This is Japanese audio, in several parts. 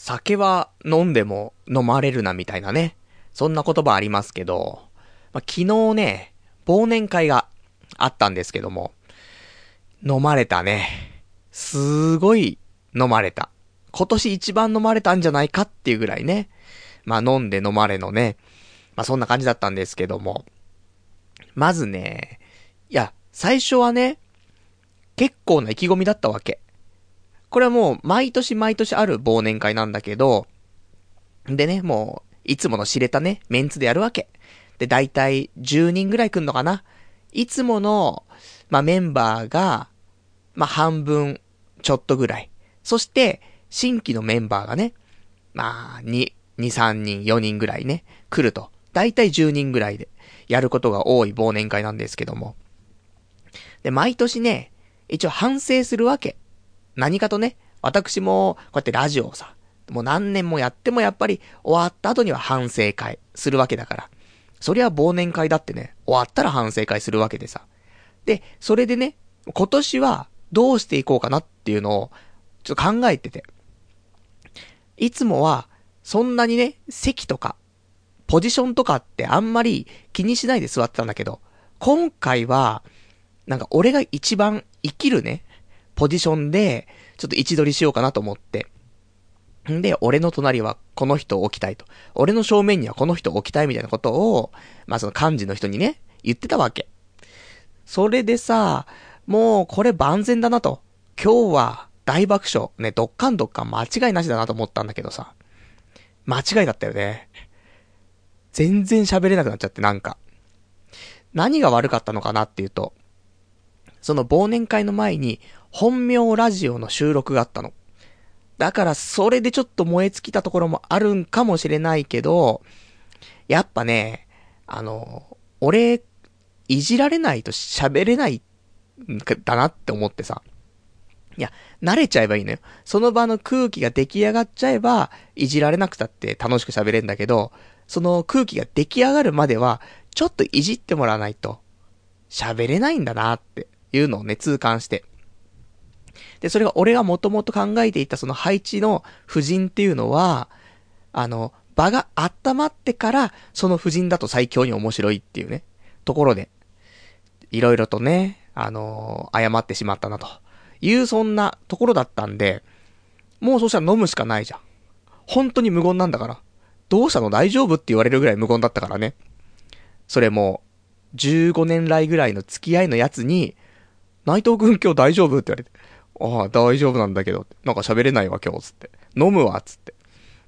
酒は飲んでも飲まれるなみたいなね。そんな言葉ありますけど、昨日ね、忘年会があったんですけども、飲まれたね。すごい飲まれた。今年一番飲まれたんじゃないかっていうぐらいね。飲んで飲まれのね。そんな感じだったんですけども。まずね、最初はね、結構な意気込みだったわけ。これはもう毎年毎年ある忘年会なんだけど、でね、もう、いつもの知れたね、メンツでやるわけ。で、だいたい10人ぐらい来んのかな。いつもの、メンバーが、半分、ちょっとぐらい。そして、新規のメンバーがね、2、3人、4人ぐらいね、来ると。だいたい10人ぐらいで、やることが多い忘年会なんですけども。で、毎年ね、一応反省するわけ。何かとね、私も、こうやってラジオをさ、もう何年もやってもやっぱり終わった後には反省会するわけだから。そりゃ忘年会だってね、終わったら反省会するわけでさ。で、それでね、今年はどうしていこうかなっていうのを、ちょっと考えてて。いつもは、そんなにね、席とか、ポジションとかってあんまり気にしないで座ってたんだけど、今回は、なんか俺が一番生きるね、ポジションで、ちょっと位置取りしようかなと思って。んで、俺の隣はこの人を置きたいと。俺の正面にはこの人を置きたいみたいなことを、その幹事の人にね、言ってたわけ。それでさ、もうこれ万全だなと。今日は大爆笑。ね、どっかんどっかん間違いなしだなと思ったんだけどさ。間違いだったよね。全然喋れなくなっちゃってなんか。何が悪かったのかなっていうと、その忘年会の前に本名ラジオの収録があったの。だからそれでちょっと燃え尽きたところもあるんかもしれないけど、やっぱね、俺、いじられないと喋れないんだなって思ってさ。いや、慣れちゃえばいいのよ。その場の空気が出来上がっちゃえば、いじられなくたって楽しく喋れんだけど、その空気が出来上がるまでは、ちょっといじってもらわないと、喋れないんだなっていうのをね、痛感して。で、それが俺がもともと考えていたその配置の布陣っていうのは、場が温まってから、その布陣だと最強に面白いっていうね、ところで、いろいろとね、謝ってしまったなという、そんなところだったんで、もうそしたら飲むしかないじゃん。本当に無言なんだから。どうしたの大丈夫って言われるぐらい無言だったからね。それも、15年来ぐらいの付き合いのやつに、内藤くん今日大丈夫って言われて、ああ、大丈夫なんだけど、なんか喋れないわ今日、つって。飲むわ、つって。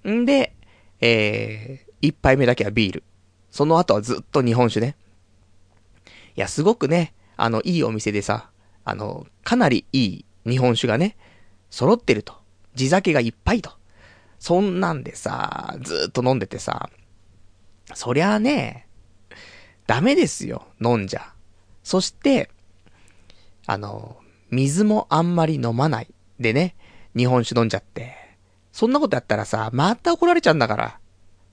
んで、一杯目だけはビール。その後はずっと日本酒ね。いや、すごくね、いいお店でさ、かなりいい日本酒がね、揃ってると。地酒がいっぱいと。そんなんでさ、ずっと飲んでてさ、そりゃあね、ダメですよ、飲んじゃ。そして、水もあんまり飲まない。でね、日本酒飲んじゃって。そんなことやったらさ、また怒られちゃうんだから。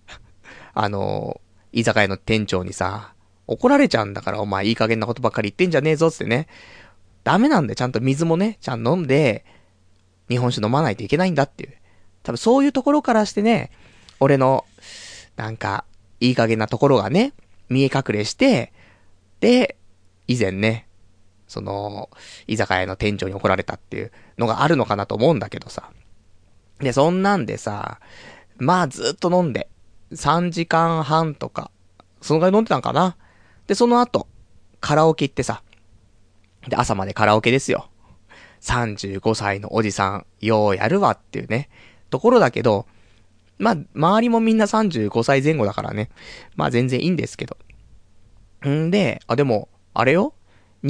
居酒屋の店長にさ、怒られちゃうんだから、お前いい加減なことばっかり言ってんじゃねえぞつってね。ダメなんで、ちゃんと水もね、ちゃんと飲んで、日本酒飲まないといけないんだっていう。多分そういうところからしてね、俺の、なんか、いい加減なところがね、見え隠れして、で、以前ね、その、居酒屋の店長に怒られたっていうのがあるのかなと思うんだけどさ。で、そんなんでさ、ずっと飲んで、3時間半とか、そのぐらい飲んでたんかな。で、その後、カラオケ行ってさ、で、朝までカラオケですよ。35歳のおじさん、ようやるわっていうね、ところだけど、周りもみんな35歳前後だからね。全然いいんですけど。んで、でも、あれよ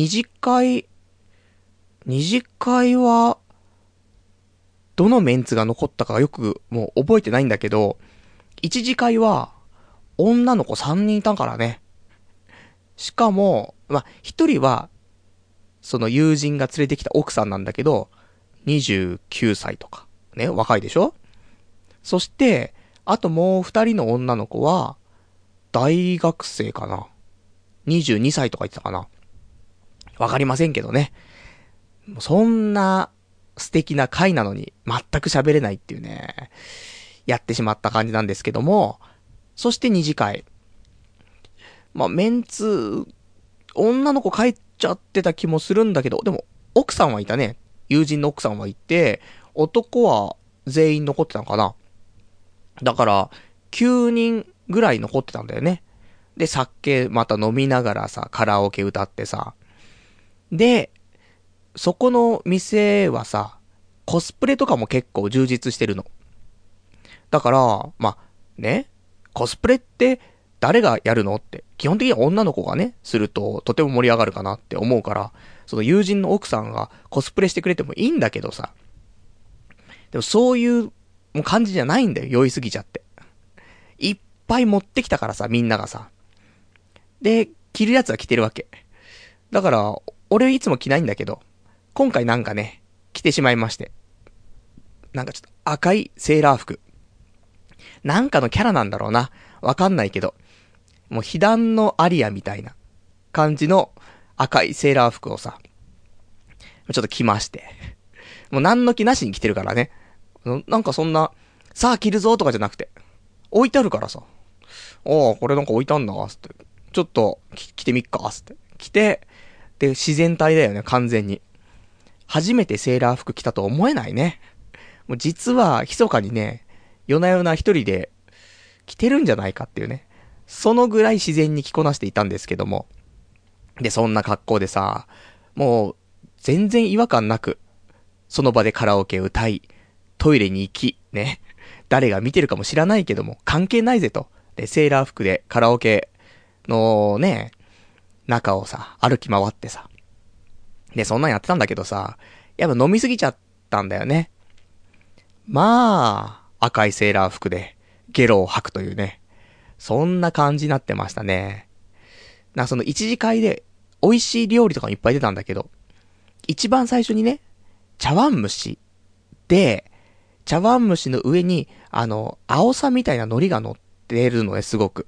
二次会は、どのメンツが残ったかよくもう覚えてないんだけど、一次会は、女の子3人いたからね。しかも、一人は、その友人が連れてきた奥さんなんだけど、29歳とか。ね、若いでしょ。そして、あともう2人の女の子は、大学生かな。22歳とか言ってたかな。わかりませんけどね。そんな素敵な会なのに全く喋れないっていうね。 やってしまった感じなんですけども、そして二次会。まあ、メンツ、女の子帰っちゃってた気もするんだけど、でも、奥さんはいたね。友人の奥さんはいて、男は全員残ってたのかな。だから、9人ぐらい残ってたんだよね。で、酒また飲みながらさ、カラオケ歌ってさ。で、そこの店はさ、コスプレとかも結構充実してるの。だから、まあ、ね、コスプレって誰がやるのって、基本的には女の子がね、するととても盛り上がるかなって思うから、その友人の奥さんがコスプレしてくれてもいいんだけどさ。でもそういう感じじゃないんだよ、酔いすぎちゃって。いっぱい持ってきたからさ、みんながさ。で、着るやつは着てるわけ。だから、俺いつも着ないんだけど、今回なんかね、着てしまいまして。なんかちょっと赤いセーラー服。なんかのキャラなんだろうな。わかんないけど。もう被弾のアリアみたいな感じの赤いセーラー服をさ、ちょっと着まして。もう何の気なしに着てるからね。なんかそんな、さあ着るぞとかじゃなくて、置いてあるからさ。ああ、これなんか置いたんだ、つって。ちょっと、着てみっか、つって。着て、で、自然体だよね、完全に。初めてセーラー服着たと思えないね。もう実は、密かにね、夜な夜な一人で、着てるんじゃないかっていうね。そのぐらい自然に着こなしていたんですけども。で、そんな格好でさ、もう、全然違和感なく、その場でカラオケ歌い、トイレに行き、ね。誰が見てるかも知らないけども、関係ないぜと。で、セーラー服でカラオケのね、中をさ、歩き回ってさ。で、そんなんやってたんだけどさ、やっぱ飲みすぎちゃったんだよね。まあ、赤いセーラー服で、ゲロを吐くというね。そんな感じになってましたね。その一次会で、美味しい料理とかもいっぱい出たんだけど、一番最初にね、茶碗蒸しで、茶碗蒸しの上に、青さみたいな海苔が乗ってるのね、すごく。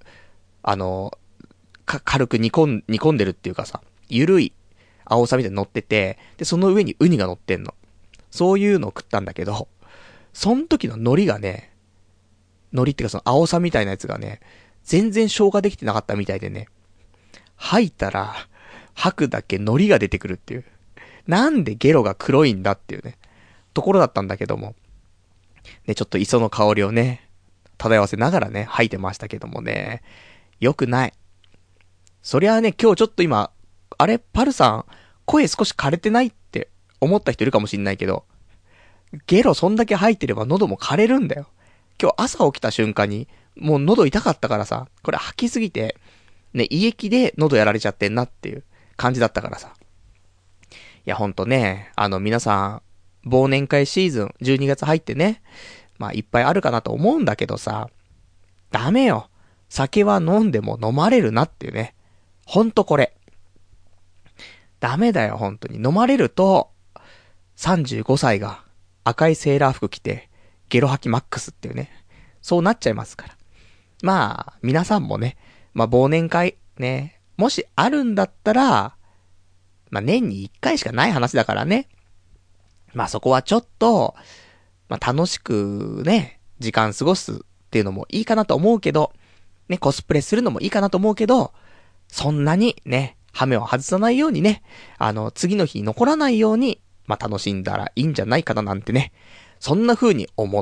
軽く煮込んでるっていうかさ、ゆるい青さみたいに乗ってて、で、その上にウニが乗ってんの。そういうのを食ったんだけど、その時の海苔がね、海苔っていうかその青さみたいなやつがね、全然消化できてなかったみたいでね、吐いたら、吐くだけ海苔が出てくるっていう。なんでゲロが黒いんだっていうね、ところだったんだけども。ね、ちょっと磯の香りをね、漂わせながらね、吐いてましたけどもね、よくない。そりゃあね、今日ちょっと今、あれ、パルさん、声少し枯れてないって思った人いるかもしんないけど、ゲロそんだけ吐いてれば喉も枯れるんだよ。今日朝起きた瞬間に、もう喉痛かったからさ、これ吐きすぎて、ね、胃液で喉やられちゃってんなっていう感じだったからさ。いやほんとね、皆さん、忘年会シーズン、12月入ってね、まあいっぱいあるかなと思うんだけどさ、ダメよ。酒は飲んでも飲まれるなっていうね。ほんとこれ。ダメだよ、ほんとに。飲まれると、35歳が赤いセーラー服着て、ゲロ吐きマックスっていうね。そうなっちゃいますから。まあ、皆さんもね、まあ忘年会、ね、もしあるんだったら、まあ年に1回しかない話だからね。まあそこはちょっと、まあ楽しくね、時間過ごすっていうのもいいかなと思うけど、ね、コスプレするのもいいかなと思うけど、そんなにね、ハメを外さないようにね、次の日に残らないように、まあ楽しんだらいいんじゃないかななんてね、そんな風に思った、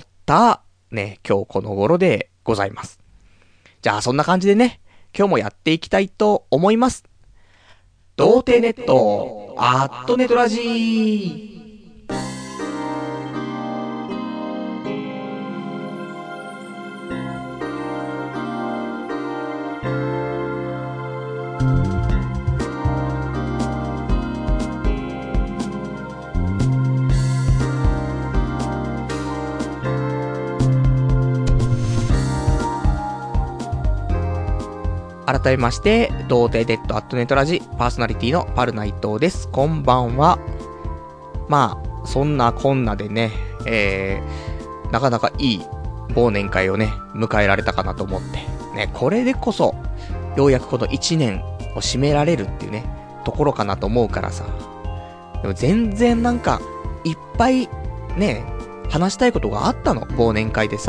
ね、今日この頃でございます。じゃあそんな感じでね、今日もやっていきたいと思います。童貞ネット、アットネトラジー。改めまして、童貞ネットアットネトラジパーソナリティのパルナイトです。こんばんは。まあ、そんなこんなでね、なかなかいい忘年会をね、迎えられたかなと思って。ね、これでこそ、ようやくこの1年を締められるっていうね、ところかなと思うからさ。でも全然なんか、いっぱい、ね、話したいことがあったの。忘年会でさ、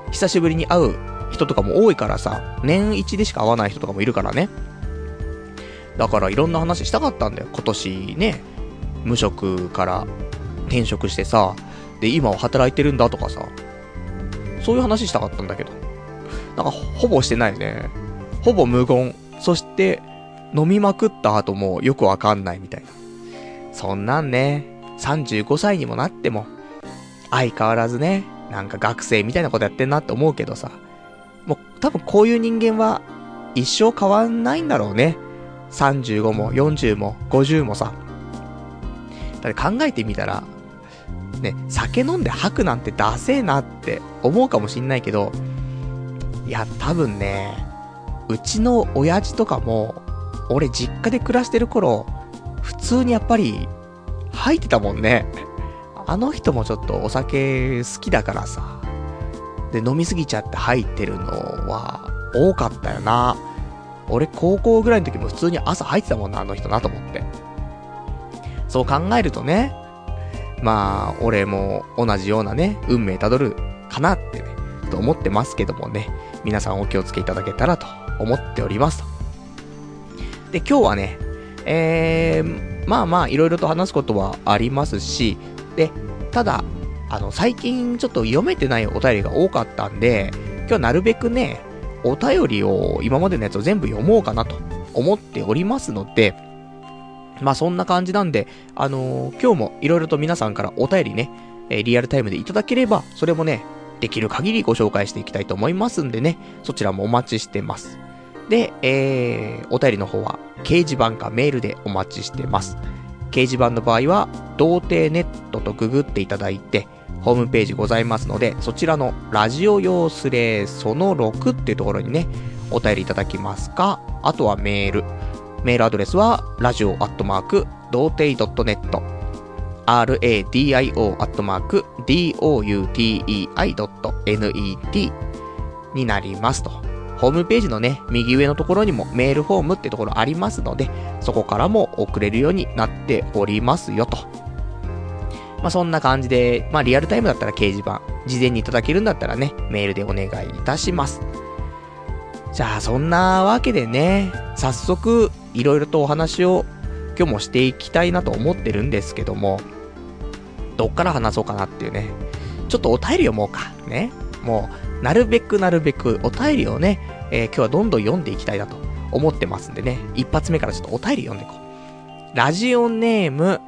久しぶりに会う人とかも多いからさ、年一でしか会わない人とかもいるからね。だからいろんな話したかったんだよ。今年ね、無職から転職してさ、で今は働いてるんだとかさ、そういう話したかったんだけど、なんかほぼしてないよね。ほぼ無言。そして飲みまくった後もよくわかんないみたいな。そんなんね、35歳にもなっても相変わらずね、なんか学生みたいなことやってんなって思うけどさ、もう多分こういう人間は一生変わんないんだろうね。35も40も50もさ。だって考えてみたらね、酒飲んで吐くなんてダセーなって思うかもしんないけど、いや多分ね、うちの親父とかも俺実家で暮らしてる頃普通にやっぱり吐いてたもんね。あの人もちょっとお酒好きだからさ、で飲みすぎちゃって吐いてるのは多かったよな。俺高校ぐらいの時も普通に朝吐いてたもんな、あの人なと思って。そう考えるとね、まあ俺も同じようなね運命たどるかなってねと思ってますけどもね、皆さんお気をつけいただけたらと思っておりますと。で今日はね、まあまあいろいろと話すことはありますし、でただ最近ちょっと読めてないお便りが多かったんで、今日はなるべくねお便りを今までのやつを全部読もうかなと思っておりますので、まあそんな感じなんで、今日もいろいろと皆さんからお便りね、リアルタイムでいただければ、それもねできる限りご紹介していきたいと思いますんでね、そちらもお待ちしてます。で、お便りの方は掲示板かメールでお待ちしてます。掲示板の場合は童貞ネットとググっていただいてホームページございますので、そちらのラジオ用スレその6っていうところにねお便りいただきますか、あとはメールアドレスはradio@doutei.net radio@doutei.net になりますと。ホームページのね右上のところにもメールフォームってところありますので、そこからも送れるようになっておりますよと。まあそんな感じで、まあリアルタイムだったら掲示板、事前にいただけるんだったらねメールでお願いいたします。じゃあそんなわけでね、早速いろいろとお話を今日もしていきたいなと思ってるんですけども、どっから話そうかなっていうね、ちょっとお便り読もうかね。もうなるべくお便りをね、今日はどんどん読んでいきたいなと思ってますんでね、一発目からちょっとお便り読んでいこう。ラジオネーム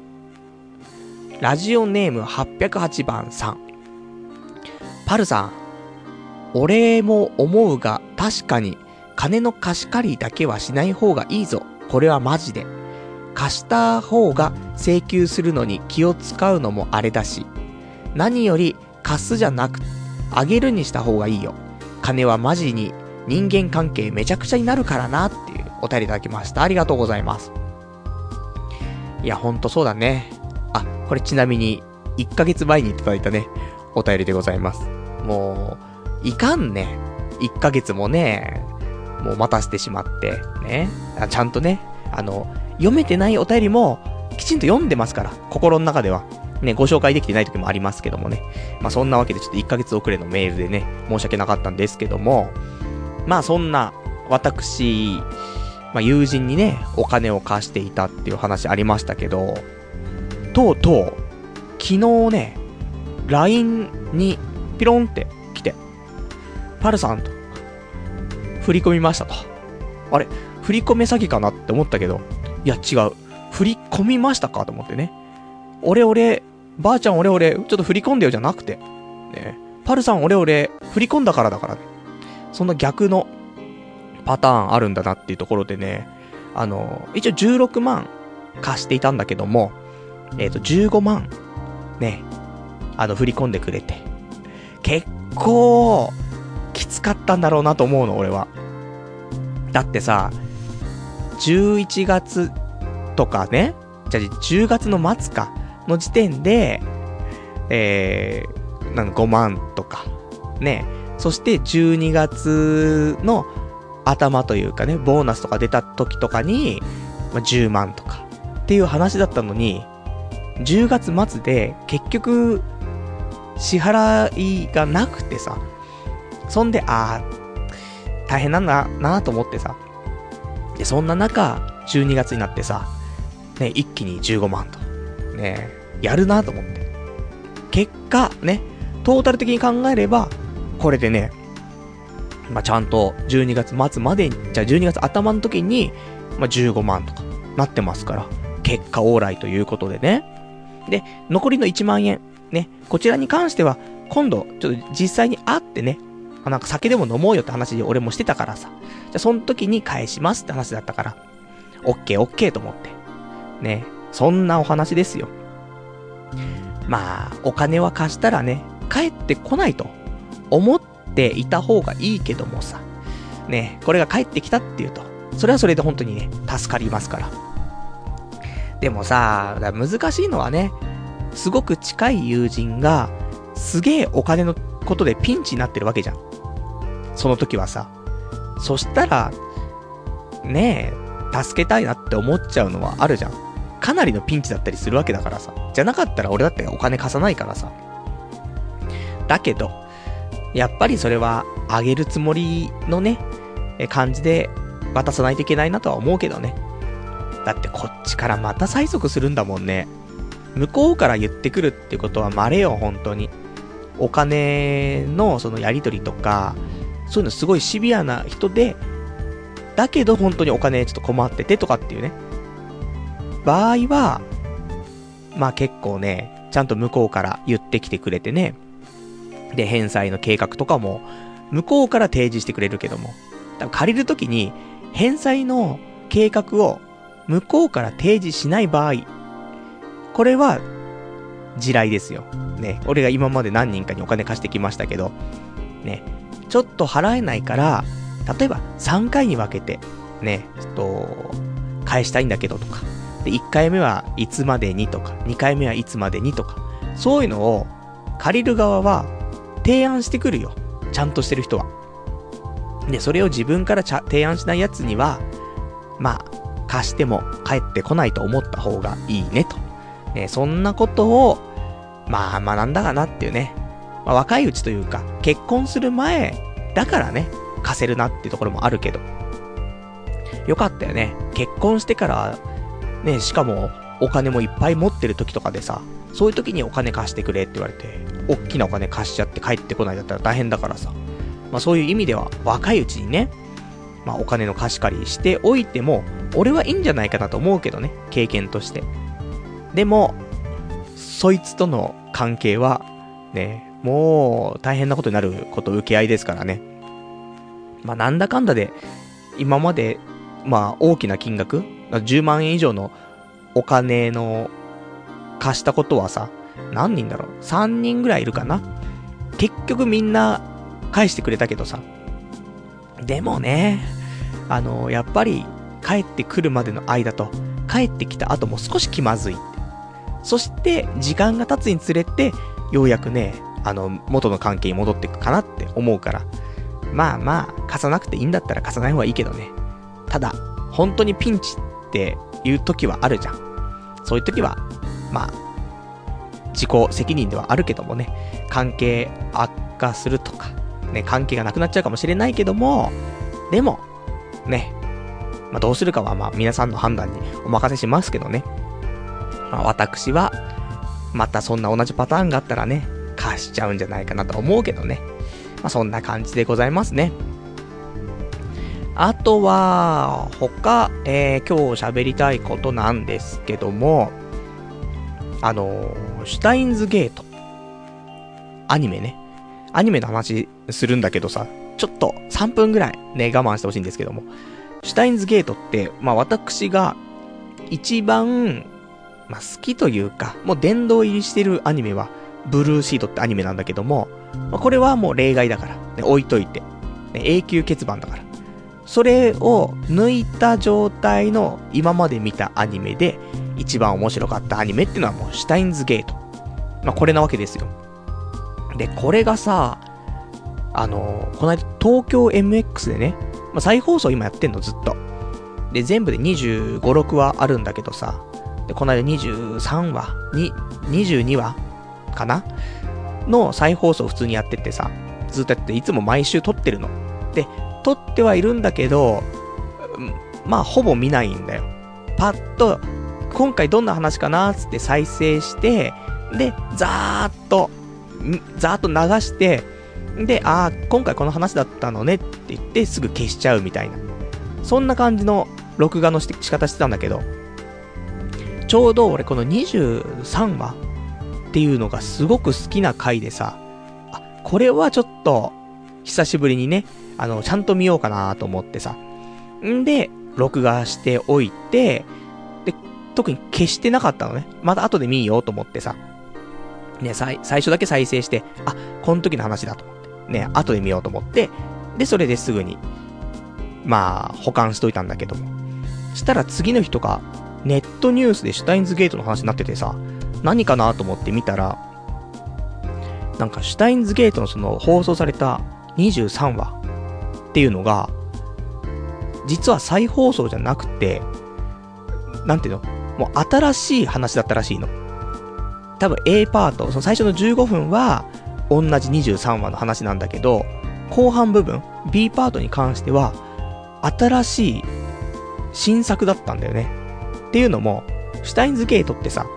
808番さん。パルさん、俺も思うが確かに金の貸し借りだけはしない方がいいぞ。これはマジで。貸した方が請求するのに気を使うのもあれだし、何より貸すじゃなくあげるにした方がいいよ。金はマジに人間関係めちゃくちゃになるからなっていうお便りいただきました。ありがとうございます。いやほんとそうだね。あ、これちなみに1ヶ月前にいただいたねお便りでございます。もういかんね、1ヶ月もねもう待たせてしまってね。ちゃんとね読めてないお便りもきちんと読んでますから、心の中ではねご紹介できてない時もありますけどもね。まあそんなわけでちょっと1ヶ月遅れのメールでね申し訳なかったんですけども、まあそんな私、まあ友人にねお金を貸していたっていう話ありましたけど、とうとう昨日ね LINE にピロンって来て、パルさんと振り込みましたと。あれ振り込め詐欺かなって思ったけど、いや違う、振り込みましたかと思ってね。俺ばあちゃん俺ちょっと振り込んでよじゃなくてね、パルさん俺振り込んだからだからね。そんな逆のパターンあるんだなっていうところでね、一応16万貸していたんだけども、15万ね振り込んでくれて、結構きつかったんだろうなと思うの俺は。だってさ11月とかね、じゃあ10月の末かの時点で5万とかね、そして12月の頭というかねボーナスとか出た時とかに、10万とかっていう話だったのに、10月末で結局支払いがなくてさ、 そんで、大変なんだなと思ってさ。で、そんな中、12月になってさ、ね、一気に15万と。ね、やるなと思って。結果、ね、トータル的に考えれば、これでね、ちゃんと12月末まで、12月頭の時に、15万とかなってますから、結果オーライということでね。で、残りの1万円、ね、こちらに関しては、今度、ちょっと実際に会ってね、なんか酒でも飲もうよって話で俺もしてたからさ、じゃあその時に返しますって話だったから、オッケーと思って。ね、そんなお話ですよ。お金は貸したらね、返ってこないと思っていた方がいいけどもさ、ね、これが返ってきたっていうと、それはそれで本当にね、助かりますから。でもさ、難しいのはね、すごく近い友人が、すげえお金のことでピンチになってるわけじゃん。その時はさ。そしたら、ねえ、助けたいなって思っちゃうのはあるじゃん。かなりのピンチだったりするわけだからさ。じゃなかったら俺だってお金貸さないからさ。だけど、やっぱりそれは、あげるつもりのね、感じで渡さないといけないなとは思うけどね。だってこっちからまた催促するんだもんね。向こうから言ってくるってことは稀よ、本当に。お金のそのやり取りとか、そういうのすごいシビアな人で、だけど本当にお金ちょっと困っててとかっていうね。場合は、結構ね、ちゃんと向こうから言ってきてくれてね。で、返済の計画とかも、向こうから提示してくれるけども、多分借りるときに、返済の計画を向こうから提示しない場合、これは、地雷ですよ。ね、俺が今まで何人かにお金貸してきましたけど、ね、ちょっと払えないから、例えば3回に分けて、ね、返したいんだけどとか、で、1回目はいつまでにとか、2回目はいつまでにとか、そういうのを借りる側は提案してくるよ。ちゃんとしてる人は。で、それを自分から提案しないやつには、貸しても返ってこないと思った方がいいねと。ね、そんなことを、学んだかなっていうね。若いうちというか、結婚する前だからね、貸せるなっていうところもあるけど。よかったよね。結婚してから、ね、しかもお金もいっぱい持ってる時とかでさ、そういう時にお金貸してくれって言われて、おっきなお金貸しちゃって帰ってこないだったら大変だからさ。そういう意味では、若いうちにね、お金の貸し借りしておいても、俺はいいんじゃないかなと思うけどね、経験として。でも、そいつとの関係は、ね、もう大変なことになること受け合いですからね。なんだかんだで、今まで、大きな金額、10万円以上のお金の貸したことはさ、何人だろう ?3 人ぐらいいるかな。結局みんな返してくれたけどさ。でもね、やっぱり帰ってくるまでの間と、帰ってきた後も少し気まずいって。そして、時間が経つにつれて、ようやくね、元の関係に戻っていくかなって思うから。貸さなくていいんだったら貸さない方がいいけどね。ただ、本当にピンチっていう時はあるじゃん。そういう時は、自己責任ではあるけどもね、関係悪化するとか、ね、関係がなくなっちゃうかもしれないけども、でも、ね、どうするかは皆さんの判断にお任せしますけどね。私は、またそんな同じパターンがあったらね、貸しちゃうんじゃないかなと思うけどね。そんな感じでございますね。あとは、今日喋りたいことなんですけども、シュタインズゲート。アニメね。アニメの話するんだけどさ、ちょっと3分ぐらいね、我慢してほしいんですけども。シュタインズゲートって、私が一番、好きというか、もう殿堂入りしてるアニメは、ブルーシートってアニメなんだけども、これはもう例外だから、ね、置いといて、ね、永久欠番だから。それを抜いた状態の今まで見たアニメで、一番面白かったアニメっていうのはもうシュタインズゲート。これなわけですよ。で、これがさ、この間東京 MX でね、再放送今やってんのずっと。で、全部で25、6話あるんだけどさ、で、この間23話、22話かなの再放送普通にやっててさ、 ずっとやって、いつも毎週撮ってるの。で、撮ってはいるんだけど、まあ、ほぼ見ないんだよ。パッと、今回どんな話かなーつって再生して、で、ざーっと流して、で、今回この話だったのねって言ってすぐ消しちゃうみたいな。そんな感じの録画の仕方してたんだけど、ちょうど俺この23話っていうのがすごく好きな回でさ、これはちょっと久しぶりにね、ちゃんと見ようかなと思ってさ。んで、録画しておいて、で、特に消してなかったのね。また後で見ようと思ってさ。ね、最初だけ再生して、この時の話だと思って。ね、後で見ようと思って、で、それですぐに、まあ、保管しといたんだけども。したら次の日とか、ネットニュースでシュタインズゲートの話になっててさ、何かなと思って見たら、なんかシュタインズゲートのその放送された23話っていうのが、実は再放送じゃなくて、なんていうの？もう新しい話だったらしいの。多分 A パート、その最初の15分は同じ23話の話なんだけど、後半部分、B パートに関しては、新しい新作だったんだよね。っていうのも、シュタインズゲートってさ、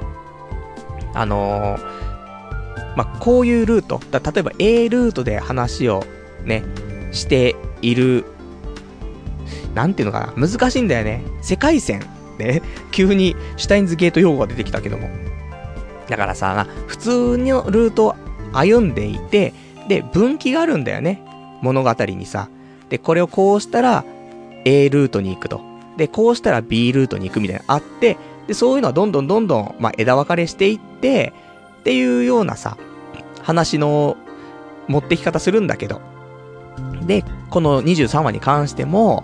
こういうルート、例えば A ルートで話をね、している、なんていうのかな、難しいんだよね。世界線ね、急にシュタインズゲート用語が出てきたけども。だからさ、普通のルートを歩んでいて、で、分岐があるんだよね。物語にさ。で、これをこうしたら A ルートに行くと。で、こうしたら B ルートに行くみたいなのあって、で、そういうのはどんどん、枝分かれしていって、っていうようなさ、話の持ってき方するんだけど。で、この23話に関しても、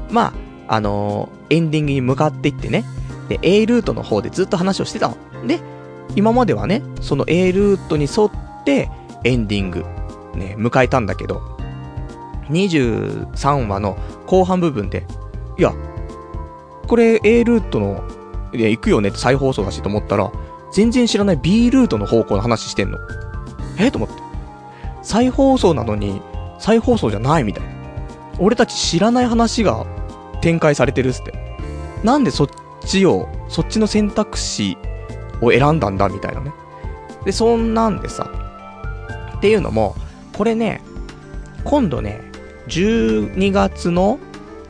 エンディングに向かっていってね。で、A ルートの方でずっと話をしてたの。で、今まではね、その A ルートに沿ってエンディング、ね、迎えたんだけど、23話の後半部分で、いや、これ A ルートの、行くよねって再放送だしと思ったら、全然知らない B ルートの方向の話してんの。と思って。再放送なのに、再放送じゃないみたいな。俺たち知らない話が展開されてるっすって。なんでそっちの選択肢を選んだんだみたいなね。で、そんなんでさ。っていうのも、これね、今度ね、12月の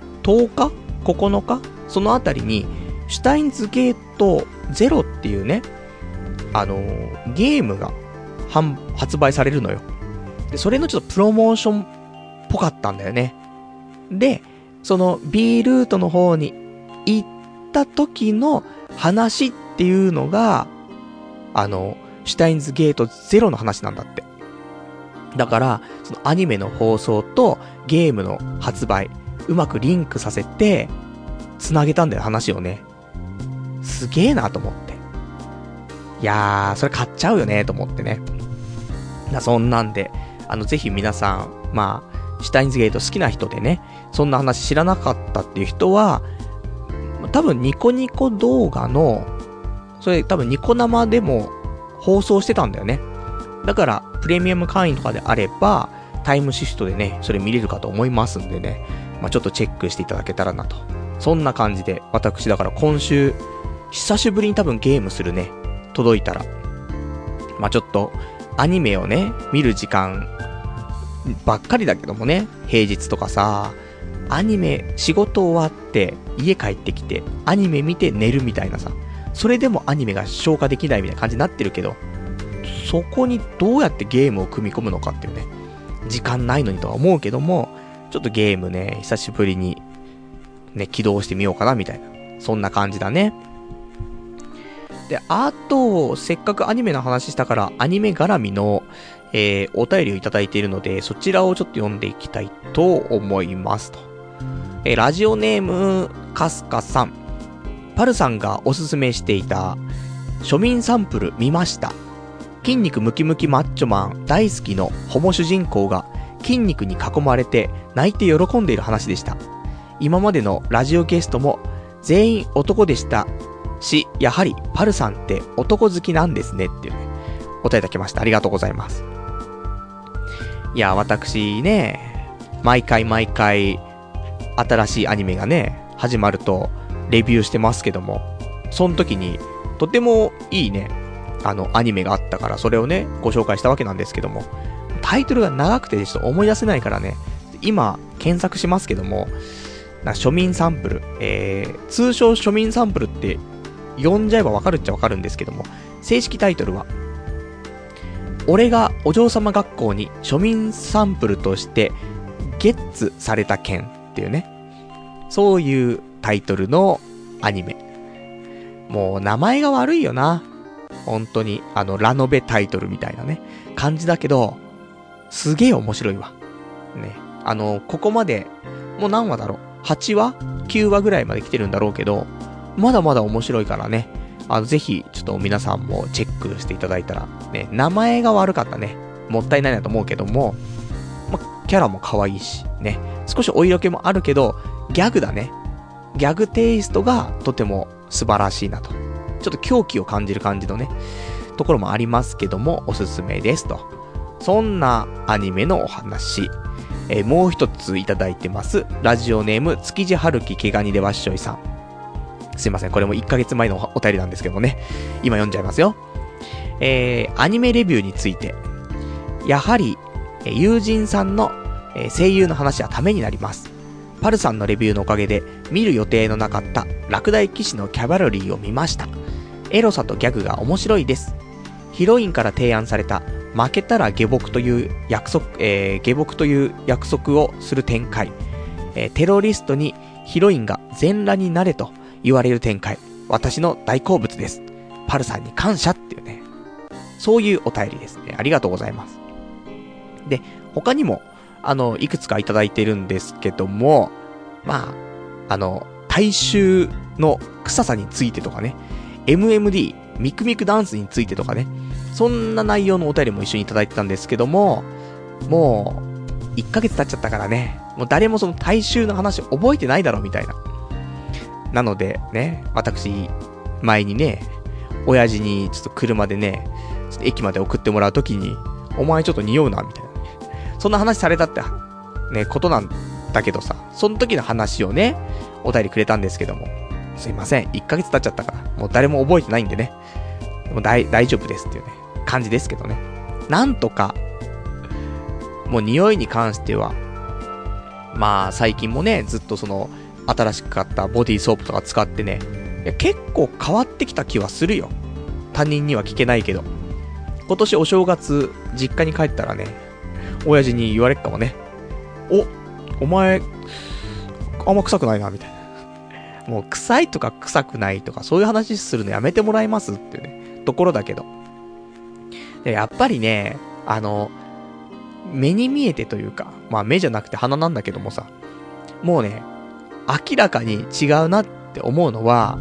10日 ?9 日そのあたりに、シュタインズゲート0っていうね、ゲームが発売されるのよ。で、それのちょっとプロモーションっぽかったんだよね。で、その B ルートの方に行った時の話っていうのが、シュタインズゲート0の話なんだって。だから、そのアニメの放送とゲームの発売、うまくリンクさせて、繋げたんだよ、話をね。すげえなと思って。いやー、それ買っちゃうよね、と思ってね。そんなんで、ぜひ皆さん、シュタインズゲート好きな人でね、そんな話知らなかったっていう人は、多分ニコニコ動画の、それ多分ニコ生でも放送してたんだよね。だから、プレミアム会員とかであれば、タイムシフトでね、それ見れるかと思いますんでね、ちょっとチェックしていただけたらなと。そんな感じで、私だから今週、久しぶりに多分ゲームするね、届いたら、ちょっと、アニメをね、見る時間ばっかりだけどもね、平日とかさ、アニメ、仕事終わって、家帰ってきて、アニメ見て寝るみたいなさ、それでもアニメが消化できないみたいな感じになってるけど、そこにどうやってゲームを組み込むのかっていうね、時間ないのにとは思うけども、ちょっとゲームね、久しぶりにね、起動してみようかなみたいな、そんな感じだね。で、あと、せっかくアニメの話したから、アニメ絡みの、お便りをいただいているので、そちらをちょっと読んでいきたいと思いますと。ラジオネーム、かすかさん。パルさんがおすすめしていた、庶民サンプル見ました。筋肉ムキムキマッチョマン大好きのホモ主人公が筋肉に囲まれて泣いて喜んでいる話でした。今までのラジオゲストも全員男でしたし、やはりパルさんって男好きなんですねっていうね、お答えいただきました。ありがとうございます。 いや、私ね、毎回新しいアニメがね、始まるとレビューしてますけども、その時にとてもいいね、アニメがあったから、それをね、ご紹介したわけなんですけども、タイトルが長くてちょっと思い出せないからね、今検索しますけども、庶民サンプル、通称庶民サンプルって読んじゃえばわかるっちゃわかるんですけども、正式タイトルは、俺がお嬢様学校に庶民サンプルとしてゲッツされた件っていうね、そういうタイトルのアニメ。もう名前が悪いよな。本当に、ラノベタイトルみたいなね、感じだけど、すげえ面白いわ。ね。ここまで、もう何話だろう ?8 話 ?9 話ぐらいまで来てるんだろうけど、まだまだ面白いからね。ぜひ、ちょっと皆さんもチェックしていただいたら、ね、名前が悪かったね。もったいないなと思うけども、キャラも可愛いし、ね。少しお色気もあるけど、ギャグだね。ギャグテイストがとても素晴らしいなと。ちょっと狂気を感じる感じのね、ところもありますけども、おすすめですと。そんなアニメのお話。もう一ついただいてます。ラジオネーム、築地春樹毛ガニでわっしょいさん。すいません、これも1ヶ月前のお便りなんですけどもね、今読んじゃいますよ。アニメレビューについて。やはり、友人さんの声優の話はためになります。パルさんのレビューのおかげで見る予定のなかった落第騎士のキャバルリーを見ました。エロさとギャグが面白いです。ヒロインから提案された負けたら下僕という約束、をする展開。テロリストにヒロインが全裸になれと言われる展開。私の大好物です。パルさんに感謝っていうね。そういうお便りですね。ありがとうございます。で、他にも、いくつかいただいてるんですけども、大衆の臭さについてとかね、MMD、ミクミクダンスについてとかね、そんな内容のお便りも一緒にいただいてたんですけども、もう、1ヶ月経っちゃったからね、もう誰もその大衆の話覚えてないだろうみたいな。なのでね、私、前にね、親父にちょっと車でね、ちょっと駅まで送ってもらうときに、お前ちょっと匂うな、みたいな。そんな話されたって、ね、ことなんだけどさ、その時の話をね、お便りくれたんですけども、すいません、1ヶ月経っちゃったから、もう誰も覚えてないんでね、もう大丈夫ですっていうね、感じですけどね。なんとか、もう匂いに関しては、最近もね、ずっとその、新しく買ったボディーソープとか使ってね、結構変わってきた気はするよ。他人には聞けないけど。今年お正月、実家に帰ったらね、親父に言われっかもね。お前、あんま臭くないな、みたいな。もう臭いとか臭くないとか、そういう話するのやめてもらえますっていうね、ところだけど。でやっぱりね、目に見えてというか、目じゃなくて鼻なんだけどもさ、もうね、明らかに違うなって思うのは、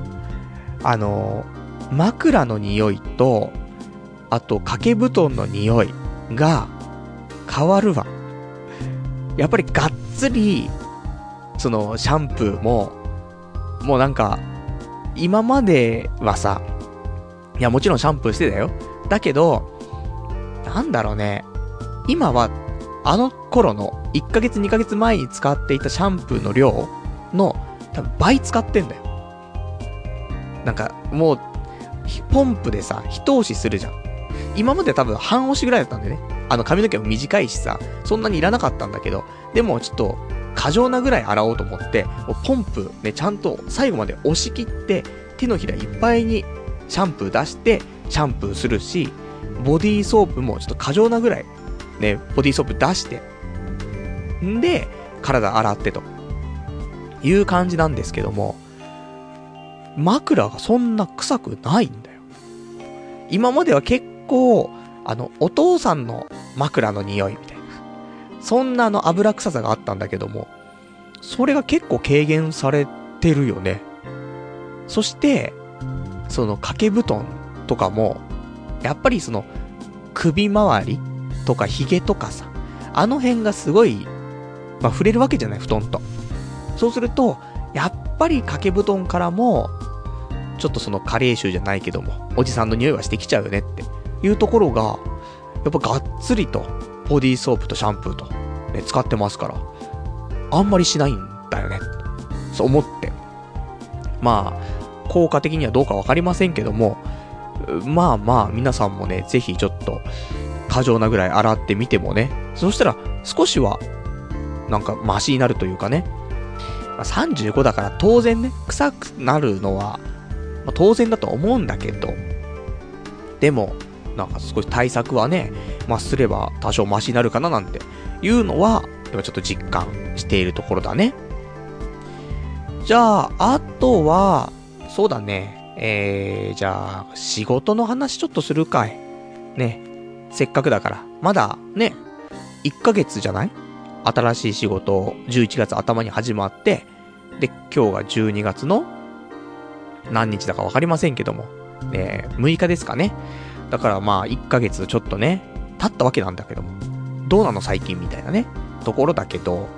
枕の匂いと、あと掛け布団の匂いが変わるわ。やっぱりがっつり、そのシャンプーも、もうなんか、今まではさ、いやもちろんシャンプーしてたよ。だけど、なんだろうね、今は、あの頃の1ヶ月2ヶ月前に使っていたシャンプーの量の多分倍使ってんだよ。なんかもうポンプでさ一押しするじゃん。今まで多分半押しぐらいだったんでね。髪の毛も短いしさ、そんなにいらなかったんだけど、でもちょっと過剰なぐらい洗おうと思って、もうポンプねちゃんと最後まで押し切って手のひらいっぱいにシャンプー出してシャンプーするし、ボディーソープもちょっと過剰なぐらいね、ボディーソープ出して、んで、体洗ってという感じなんですけども、枕がそんな臭くないんだよ。今までは結構、お父さんの枕の匂いみたいな。そんな油臭さがあったんだけども、それが結構軽減されてるよね。そして、その掛け布団とかも、やっぱりその、首周りとか髭とかさ、あの辺がすごい、触れるわけじゃない、布団と。そうすると、やっぱり掛け布団からも、ちょっとその加齢臭じゃないけども、おじさんの匂いはしてきちゃうよねっていうところが、やっぱがっつりとボディーソープとシャンプーと、ね、使ってますから、あんまりしないんだよね。そう思って。まあ、効果的にはどうかわかりませんけども、まあまあ、皆さんもね、ぜひちょっと、過剰なぐらい洗ってみてもね、そしたら少しは、なんかマシになるというかね、まあ、35だから当然ね、臭くなるのは、まあ、当然だと思うんだけど、でも、なんか少し対策はね、まあ、すれば多少マシになるかななんていうのは、今ちょっと実感しているところだね。じゃあ、あとは、そうだね、じゃあ、仕事の話ちょっとするかい。ね。せっかくだから。まだ、ね、1ヶ月じゃない？新しい仕事、11月頭に始まって、で、今日が12月の何日だかわかりませんけども、6日ですかね。だからまあ、1ヶ月ちょっとね、経ったわけなんだけども、どうなの最近みたいなね、ところだけど、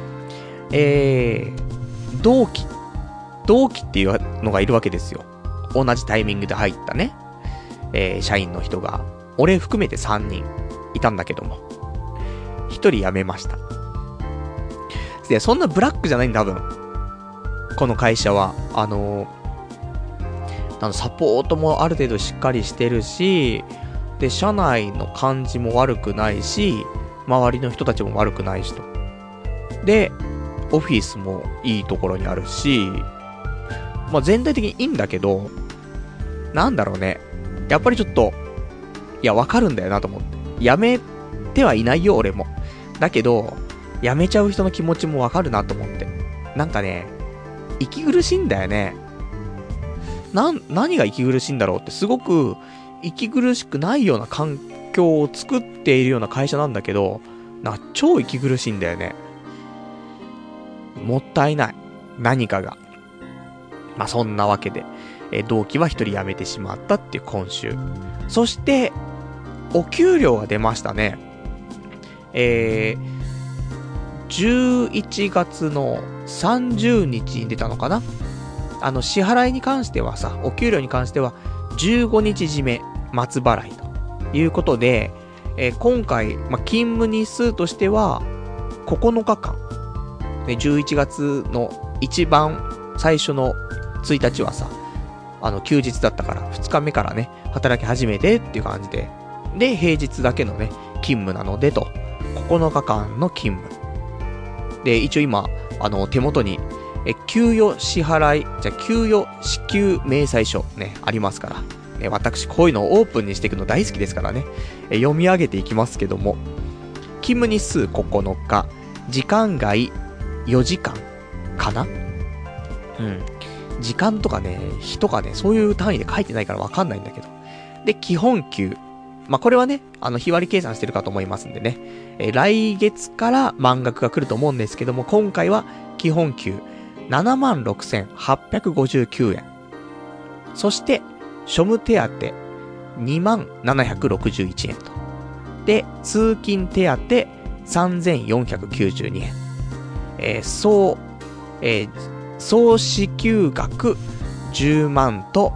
同期っていうのがいるわけですよ。同じタイミングで入ったね、社員の人が、俺含めて3人いたんだけども、1人辞めました。で、そんなブラックじゃないんだ、多分。この会社は。サポートもある程度しっかりしてるし、で、社内の感じも悪くないし、周りの人たちも悪くないしと。で、オフィスもいいところにあるし、まあ全体的にいいんだけど、なんだろうね。やっぱりちょっと、いや、わかるんだよなと思って。やめてはいないよ、俺も。だけど、やめちゃう人の気持ちもわかるなと思って。なんかね、息苦しいんだよね。何が息苦しいんだろうって、すごく息苦しくないような環境を作っているような会社なんだけど、超息苦しいんだよね。もったいない。何かが。まあ、そんなわけで、同期は一人辞めてしまったっていう今週。そして、お給料が出ましたね。11月の30日に出たのかな？支払いに関してはさ、お給料に関しては、15日締め、末払いということで、今回、まあ、勤務日数としては、9日間。ね、11月の一番最初の1日はさ、休日だったから、2日目からね、働き始めてっていう感じで、で、平日だけのね、勤務なのでと、9日間の勤務。で、一応今、手元に、給与支払い、給与支給明細書ね、ありますから。私、こういうのをオープンにしていくの大好きですからね。読み上げていきますけども、勤務日数9日、時間外4時間かな？時間とかね、日とかね、そういう単位で書いてないからわかんないんだけど。で、基本給。まあ、これはね、日割り計算してるかと思いますんでね。来月から満額が来ると思うんですけども、今回は基本給76,859円。そして、庶務手当27,761円と。で、通勤手当3,492円。総支給額10万と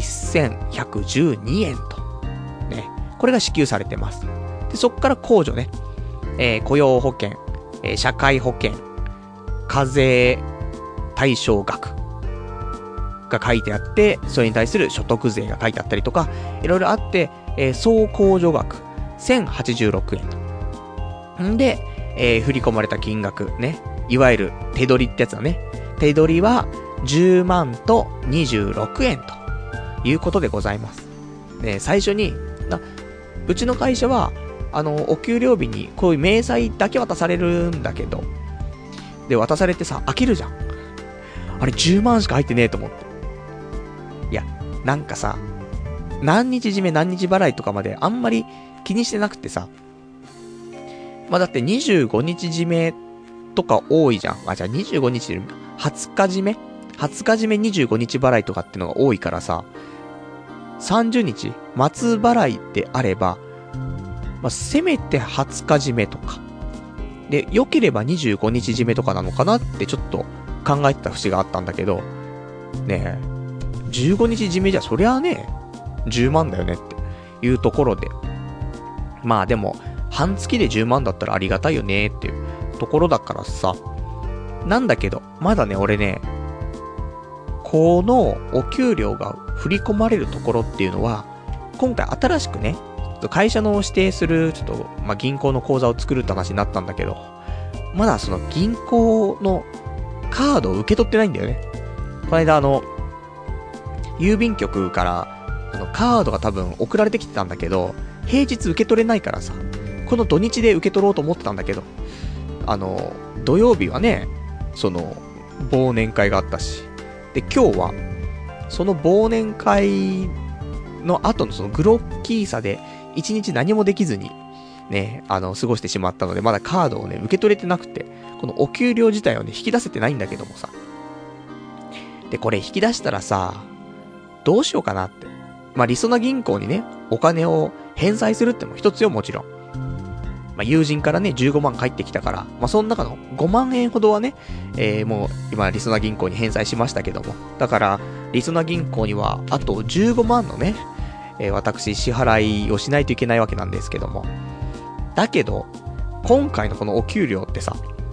1,112円と。ね。これが支給されてます。で、そこから控除ね。雇用保険、社会保険、課税対象額が書いてあって、それに対する所得税が書いてあったりとか、いろいろあって、総控除額1,086円と。んで、振り込まれた金額ね。いわゆる手取りってやつだね。手取りは10万と26円ということでございます。ね、最初に、うちの会社は、お給料日にこういう明細だけ渡されるんだけど、で、渡されてさ、開けるじゃん。あれ10万しか入ってねえと思って。いや、なんかさ、何日締め何日払いとかまであんまり気にしてなくてさ、まあだって25日締めとか多いじゃん。じゃあ25日で20日締め ?20 日締め25日払いとかってのが多いからさ、30日末払いであれば、まあ、せめて20日締めとか。で、良ければ25日締めとかなのかなってちょっと考えてた節があったんだけど、ねえ、15日締めじゃそりゃあね、10万だよねっていうところで。まあでも、 半月で10万だったらありがたいよねっていうところだからさ。なんだけど、まだね、俺ね、このお給料が振り込まれるところっていうのは、今回新しくね、会社の指定する、ちょっと、銀行の口座を作るって話になったんだけど、まだその銀行のカードを受け取ってないんだよね。この間郵便局からカードが多分送られてきてたんだけど、平日受け取れないからさ、この土日で受け取ろうと思ってたんだけど、土曜日はね、その忘年会があったし、で今日はその忘年会の後のそのグロッキーさで一日何もできずにね、過ごしてしまったので、まだカードをね受け取れてなくて、このお給料自体をね引き出せてないんだけどもさ、でこれ引き出したらさ、どうしようかなって。りそな銀行にねお金を返済するっても一つよ、もちろん。友人からね15万返ってきたから、その中の5万円ほどはね、もう今りそな銀行に返済しましたけども、だからりそな銀行にはあと15万のね、私支払いをしないといけないわけなんですけども、だけど今回のこのお給料ってさ、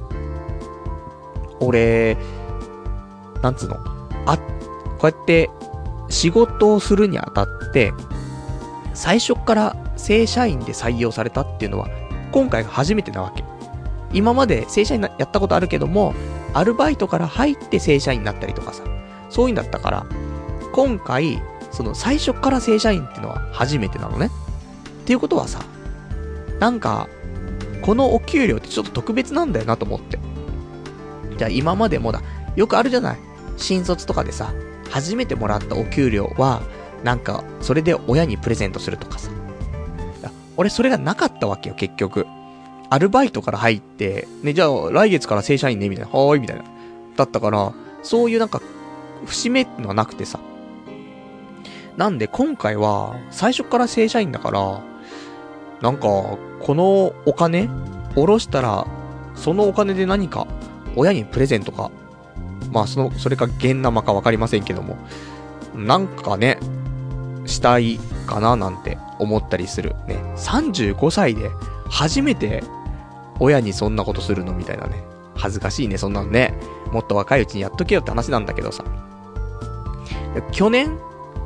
俺なんつうの、こうやって仕事をするにあたって最初から正社員で採用されたっていうのは今回が初めてなわけ。今まで正社員やったことあるけども、アルバイトから入って正社員になったりとかさ、そういうんだったから、今回その最初から正社員っていうのは初めてなのね。っていうことはさ、なんかこのお給料ってちょっと特別なんだよなと思って。じゃあ今までもだ、よくあるじゃない、新卒とかでさ、初めてもらったお給料はなんかそれで親にプレゼントするとかさ、俺それがなかったわけよ。結局アルバイトから入ってね、じゃあ来月から正社員ねみたいな、はーいみたいなだったから、そういうなんか節目ってのはなくてさ、なんで今回は最初から正社員だから、なんかこのお金下ろしたら、そのお金で何か親にプレゼントか、それか現生かわかりませんけども、なんかねしたいかななんて思ったりするね。35歳で初めて親にそんなことするのみたいなね。恥ずかしいね、そんなのね。もっと若いうちにやっとけよって話なんだけどさ。去年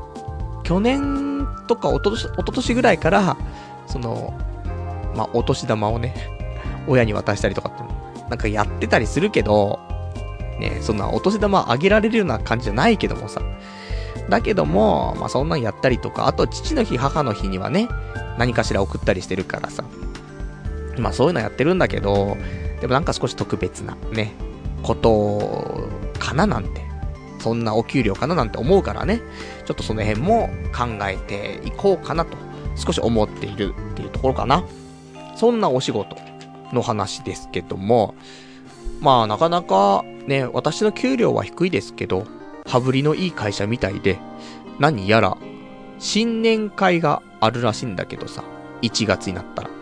とか一昨年ぐらいから、そのお年玉をね親に渡したりとかってなんかやってたりするけどね、そんなお年玉あげられるような感じじゃないけどもさ。だけども、そんなんやったりとか、あと父の日母の日にはね何かしら送ったりしてるからさ、そういうのやってるんだけど、でもなんか少し特別なねことかななんて、そんなお給料かななんて思うからね、ちょっとその辺も考えていこうかなと少し思っているっていうところかな。そんなお仕事の話ですけども、なかなかね、私の給料は低いですけど、羽振りのいい会社みたいで、何やら新年会があるらしいんだけどさ、1月になったら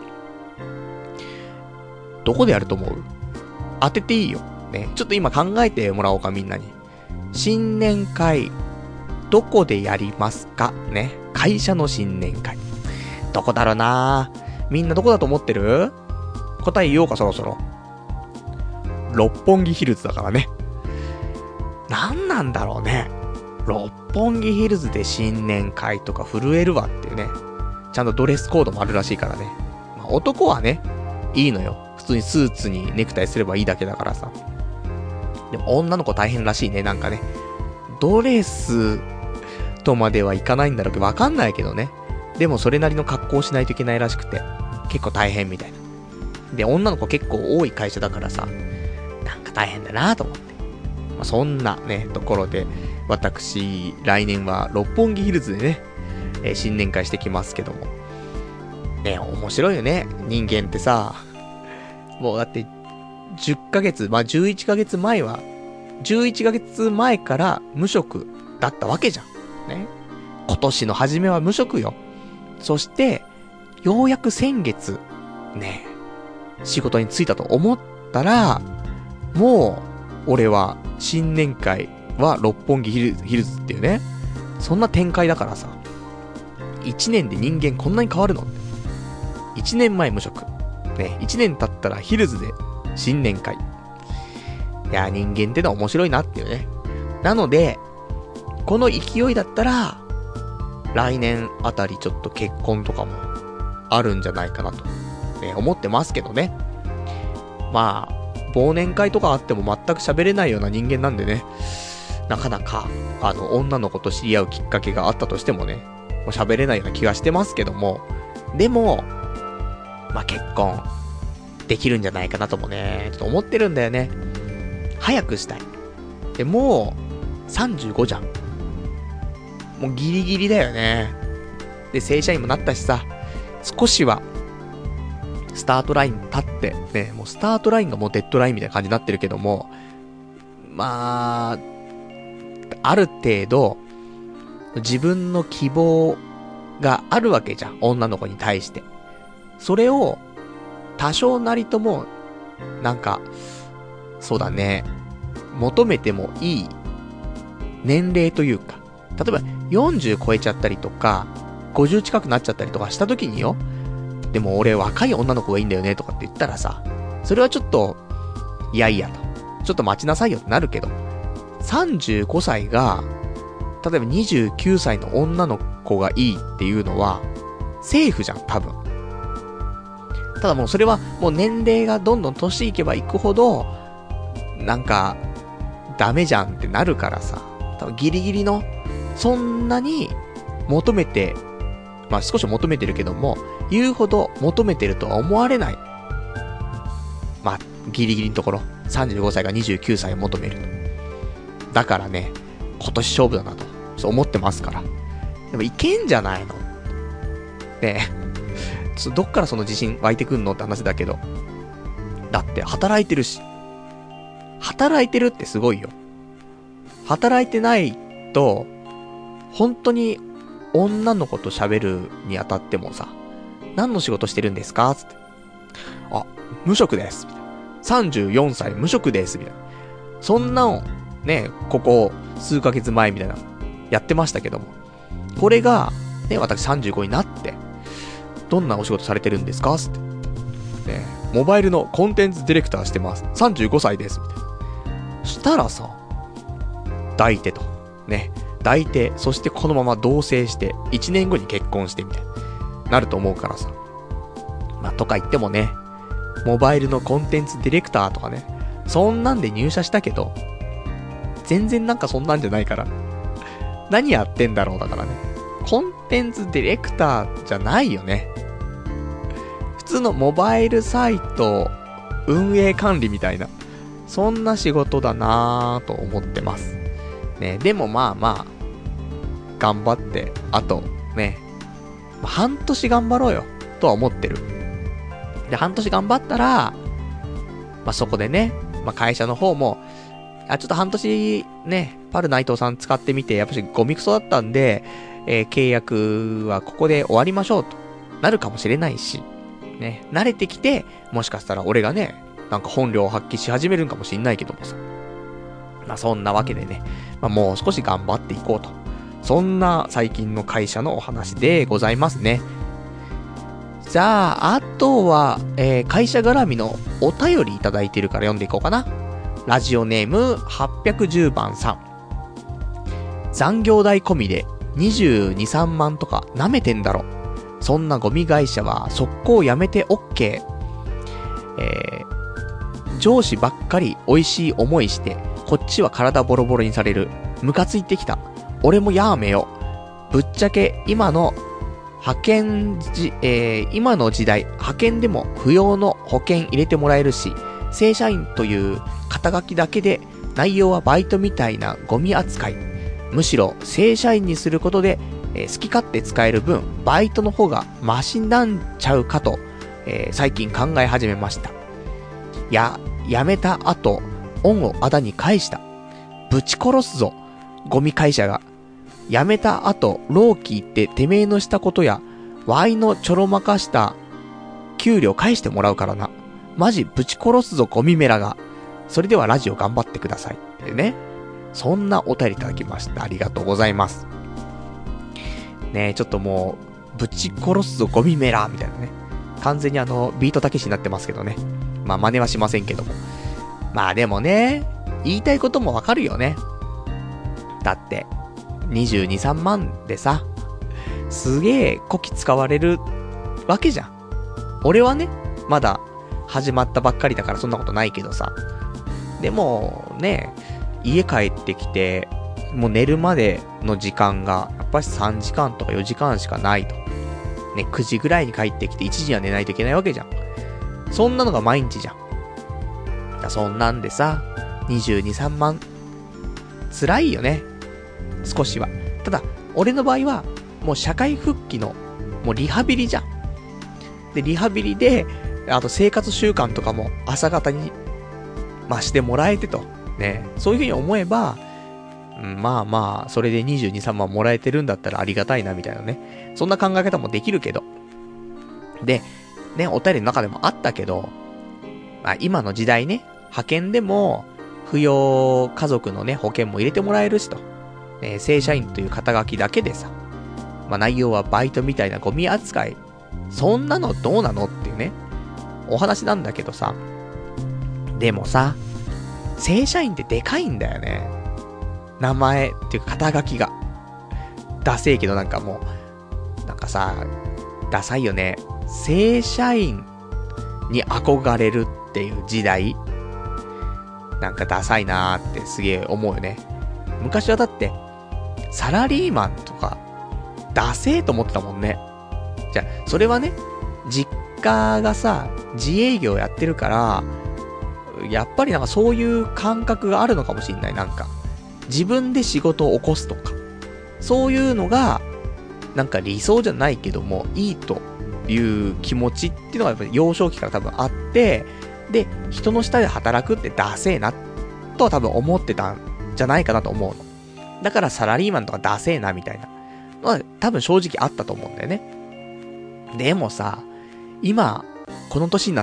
どこでやると思う？当てていいよね。ちょっと今考えてもらおうか、みんなに。新年会どこでやりますかね。会社の新年会どこだろうな。みんなどこだと思ってる？答え言おうか、そろそろ。六本木ヒルズだからね。なんなんだろうね。六本木ヒルズで新年会とか震えるわっていうね。ちゃんとドレスコードもあるらしいからね。男はねいいのよ、普通にスーツにネクタイすればいいだけだからさ。でも女の子大変らしいね。なんかね、ドレスとまではいかないんだろうけど、わかんないけどね。でもそれなりの格好をしないといけないらしくて、結構大変みたいな。で女の子結構多い会社だからさ、なんか大変だなと思って、そんなねところで、私来年は六本木ヒルズでね、新年会してきますけどもね。面白いよね、人間ってさ。もうだって10ヶ月、11ヶ月前は11ヶ月前から無職だったわけじゃんね。今年の初めは無職よ。そしてようやく先月ね仕事に就いたと思ったら、もう俺は新年会は六本木ヒルズっていうね、そんな展開だからさ。1年で人間こんなに変わるの？ 1 年前無職ね、1年経ったらヒルズで新年会。いや、人間ってのは面白いなっていうね。なので、この勢いだったら、来年あたりちょっと結婚とかもあるんじゃないかなと、ね、思ってますけどね。まあ、忘年会とかあっても全く喋れないような人間なんでね、なかなか、女の子と知り合うきっかけがあったとしてもね、もう喋れないような気がしてますけども、でも、まあ結婚、できるんじゃないかなともね、ちょっと思ってるんだよね。早くしたい。で、もう、35じゃん。もうギリギリだよね。で、正社員もなったしさ、少しは、スタートライン立って、ね、もうスタートラインがもうデッドラインみたいな感じになってるけども、まあ、ある程度、自分の希望があるわけじゃん、女の子に対して。それを、多少なりとも、なんか、そうだね、求めてもいい年齢というか、例えば40超えちゃったりとか、50近くなっちゃったりとかした時によ、でも俺若い女の子がいいんだよねとかって言ったらさ、それはちょっと、いやいやと、ちょっと待ちなさいよってなるけど、35歳が、例えば29歳の女の子がいいっていうのは、セーフじゃん、多分。ただもうそれはもう年齢がどんどん年いけばいくほど、なんか、ダメじゃんってなるからさ、多分ギリギリの、そんなに求めて、まあ少し求めてるけども、言うほど求めてるとは思われない。まあ、ギリギリのところ、35歳が29歳を求めると。だからね、今年勝負だなと、そう思ってますから。でもいけんじゃないのねえ。どっからその自信湧いてくんのって話だけど。だって働いてるし。働いてるってすごいよ。働いてないと、本当に女の子と喋るにあたってもさ、何の仕事してるんですかつって。あ、無職です。34歳無職です。みたいな。そんなの、ね、ここ数ヶ月前みたいな、やってましたけども。これが、ね、私35になって、どんなお仕事されてるんですかつって。ね、モバイルのコンテンツディレクターしてます。35歳です。みたいな。したらさ、抱いてと。ね。抱いて、そしてこのまま同棲して、1年後に結婚してみたいな。なると思うからさ。まあ、とか言ってもね、モバイルのコンテンツディレクターとかね、そんなんで入社したけど、全然なんかそんなんじゃないから。何やってんだろうだからね。コンテンツディレクターじゃないよね。普通のモバイルサイト運営管理みたいな、そんな仕事だなぁと思ってます。ね、でもまあまあ、頑張って、あとね、半年頑張ろうよ、とは思ってる。で、半年頑張ったら、まあそこでね、まあ会社の方も、ちょっと半年ね、パル内藤さん使ってみて、やっぱりゴミクソだったんで、契約はここで終わりましょうとなるかもしれないし、ね、慣れてきて、もしかしたら俺がね、なんか本領を発揮し始めるんかもしんないけどもさ。まあそんなわけでね、まあもう少し頑張っていこうと。そんな最近の会社のお話でございますね。じゃあ、あとは、会社絡みのお便りいただいてるから読んでいこうかな。ラジオネーム810番さん。残業代込みで22、3万とか舐めてんだろ。そんなゴミ会社は速攻やめて OK。上司ばっかり美味しい思いして、こっちは体ボロボロにされる。ムカついてきた。俺もやめよ。ぶっちゃけ今の今の時代、派遣でも不要の保険入れてもらえるし、正社員という肩書きだけで内容はバイトみたいなゴミ扱い。むしろ正社員にすることで、好き勝手使える分、バイトの方がマシになんちゃうかと、最近考え始めました。辞めた後、恩をあだに返した。ぶち殺すぞ、ゴミ会社が。辞めた後、労基っててめえのしたことや、ワイのちょろまかした給料返してもらうからな。マジぶち殺すぞゴミメラが。それではラジオ頑張ってください。でね。そんなお便りいただきました。ありがとうございます。ねえ、ちょっともう、ぶち殺すぞゴミメラみたいなね。 完全にビートたけしになってますけどね。まあ真似はしませんけども。まあでもね、言いたいこともわかるよね。だって、22、3万でさ、すげえこき使われるわけじゃん。俺はね、まだ始まったばっかりだからそんなことないけどさ。でもね、家帰ってきて、もう寝るまでの時間が、やっぱり3時間とか4時間しかないと。ね、9時ぐらいに帰ってきて1時には寝ないといけないわけじゃん。そんなのが毎日じゃん。そんなんでさ、22、3万。辛いよね。少しは。ただ、俺の場合は、もう社会復帰の、もうリハビリじゃん。で、リハビリで、あと生活習慣とかも朝方に、まあしてもらえてと。ね。そういうふうに思えば、まあまあ、それで22、3万もらえてるんだったらありがたいな、みたいなね。そんな考え方もできるけど。で、ね、お便りの中でもあったけど、まあ今の時代ね、派遣でも、扶養家族のね、保険も入れてもらえるしと。正社員という肩書きだけでさ、まあ内容はバイトみたいなゴミ扱い。そんなのどうなのっていうね、お話なんだけどさ。でもさ、正社員ってでかいんだよね。名前っていうか肩書きが。ダセえけどなんかもう、なんかさ、ダサいよね。正社員に憧れるっていう時代。なんかダサいなーってすげえ思うよね。昔はだって、サラリーマンとか、ダセーと思ってたもんね。じゃあ、それはね、実家がさ、自営業やってるから、やっぱりなんかそういう感覚があるのかもしんない。なんか、自分で仕事を起こすとか、そういうのが、なんか理想じゃないけども、いいという気持ちっていうのがやっぱり幼少期から多分あって、で、人の下で働くってダセーな、とは多分思ってたんじゃないかなと思うの。だからサラリーマンとかダセーなみたいなのは多分正直あったと思うんだよね。でもさ、今、この年になって、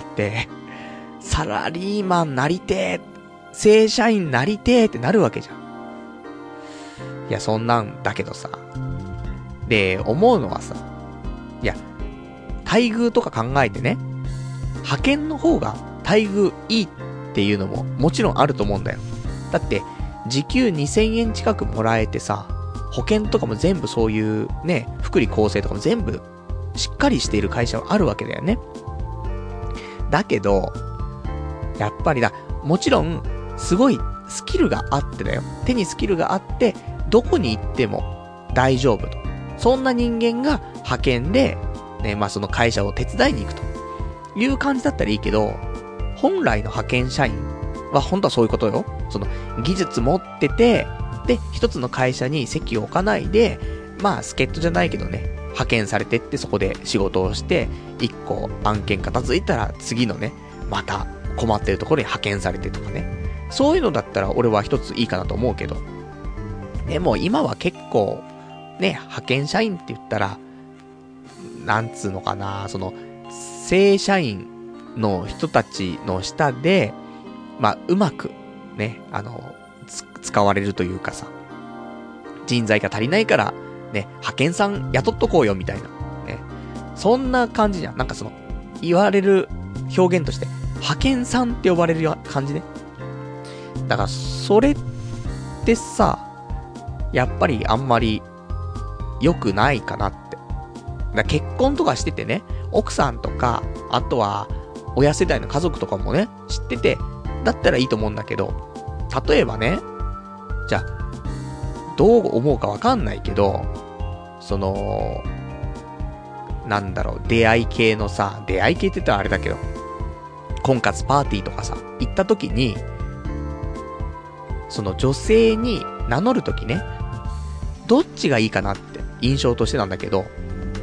サラリーマンなりてー、正社員なりてーってなるわけじゃん。いや、そんなんだけどさ。で、思うのはさ、いや、待遇とか考えてね、派遣の方が待遇いいっていうのももちろんあると思うんだよ。だって、時給2000円近くもらえてさ、保険とかも全部そういうね、福利厚生とかも全部しっかりしている会社はあるわけだよね。だけど、やっぱりもちろん、すごいスキルがあってだよ。手にスキルがあって、どこに行っても大丈夫と。そんな人間が派遣で、ね、まあその会社を手伝いに行くという感じだったらいいけど、本来の派遣社員は本当はそういうことよ。その技術持ってて、で、一つの会社に籍を置かないで、まあ助っ人じゃないけどね、派遣されてってそこで仕事をして、一個案件片付いたら次のね、また困ってるところに派遣されてとかね。そういうのだったら俺は一ついいかなと思うけど。でも今は結構、ね、派遣社員って言ったら、なんつうのかな、その、正社員の人たちの下で、まあ、うまく、ね、使われるというかさ、人材が足りないから、ね、派遣さん雇っとこうよみたいな、ね。そんな感じじゃん。なんかその、言われる表現として、派遣さんって呼ばれるような感じね。だから、それってさ、やっぱりあんまり良くないかなって。だ結婚とかしててね、奥さんとか、あとは親世代の家族とかもね、知ってて、だったらいいと思うんだけど、例えばね、じゃあ、どう思うかわかんないけど、その、なんだろう、出会い系のさ、出会い系って言ったらあれだけど、婚活パーティーとかさ、行った時に、その女性に名乗る時ね、どっちがいいかなって印象としてなんだけど、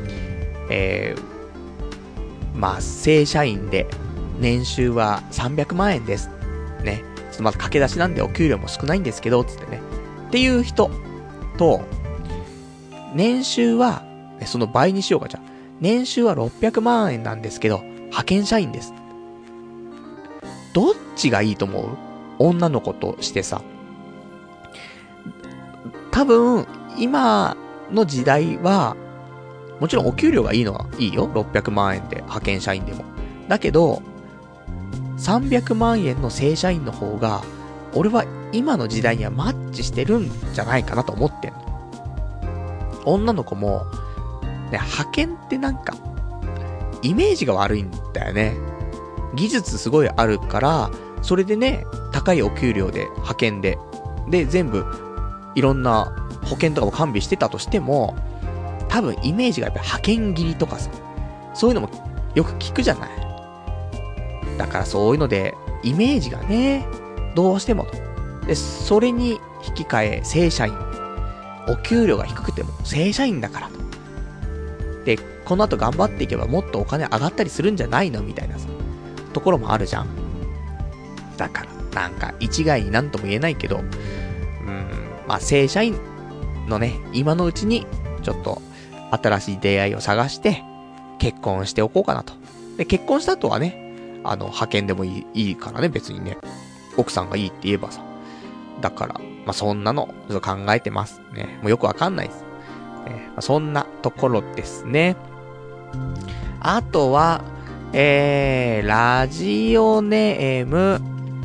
まあ正社員で年収は300万円ですね。ちょっとまず駆け出しなんでお給料も少ないんですけどつってねっていう人と、年収はその倍にしようか。じゃあ年収は600万円なんですけど派遣社員です。どっちがいいと思う？女の子としてさ、多分今の時代はもちろんお給料がいいのはいいよ。600万円で派遣社員でも。だけど、300万円の正社員の方が、俺は今の時代にはマッチしてるんじゃないかなと思ってんの。女の子も、ね、派遣ってなんか、イメージが悪いんだよね。技術すごいあるから、それでね、高いお給料で派遣で、で、全部、いろんな保険とかも完備してたとしても、多分イメージがやっぱり派遣切りとかさ、そういうのもよく聞くじゃない。だからそういうので、イメージがね、どうしてもと。で、それに引き換え、正社員。お給料が低くても正社員だからと。で、この後頑張っていけばもっとお金上がったりするんじゃないのみたいなさ、ところもあるじゃん。だから、なんか一概になんとも言えないけど、まあ正社員のね、今のうちに、ちょっと、新しい出会いを探して、結婚しておこうかなと。で、結婚した後はね、派遣でもいいからね、別にね。奥さんがいいって言えばさ。だから、まあ、そんなの、ちょっと考えてますね。もうよくわかんないです。まあ、そんなところですね。あとは、ラジオネーム。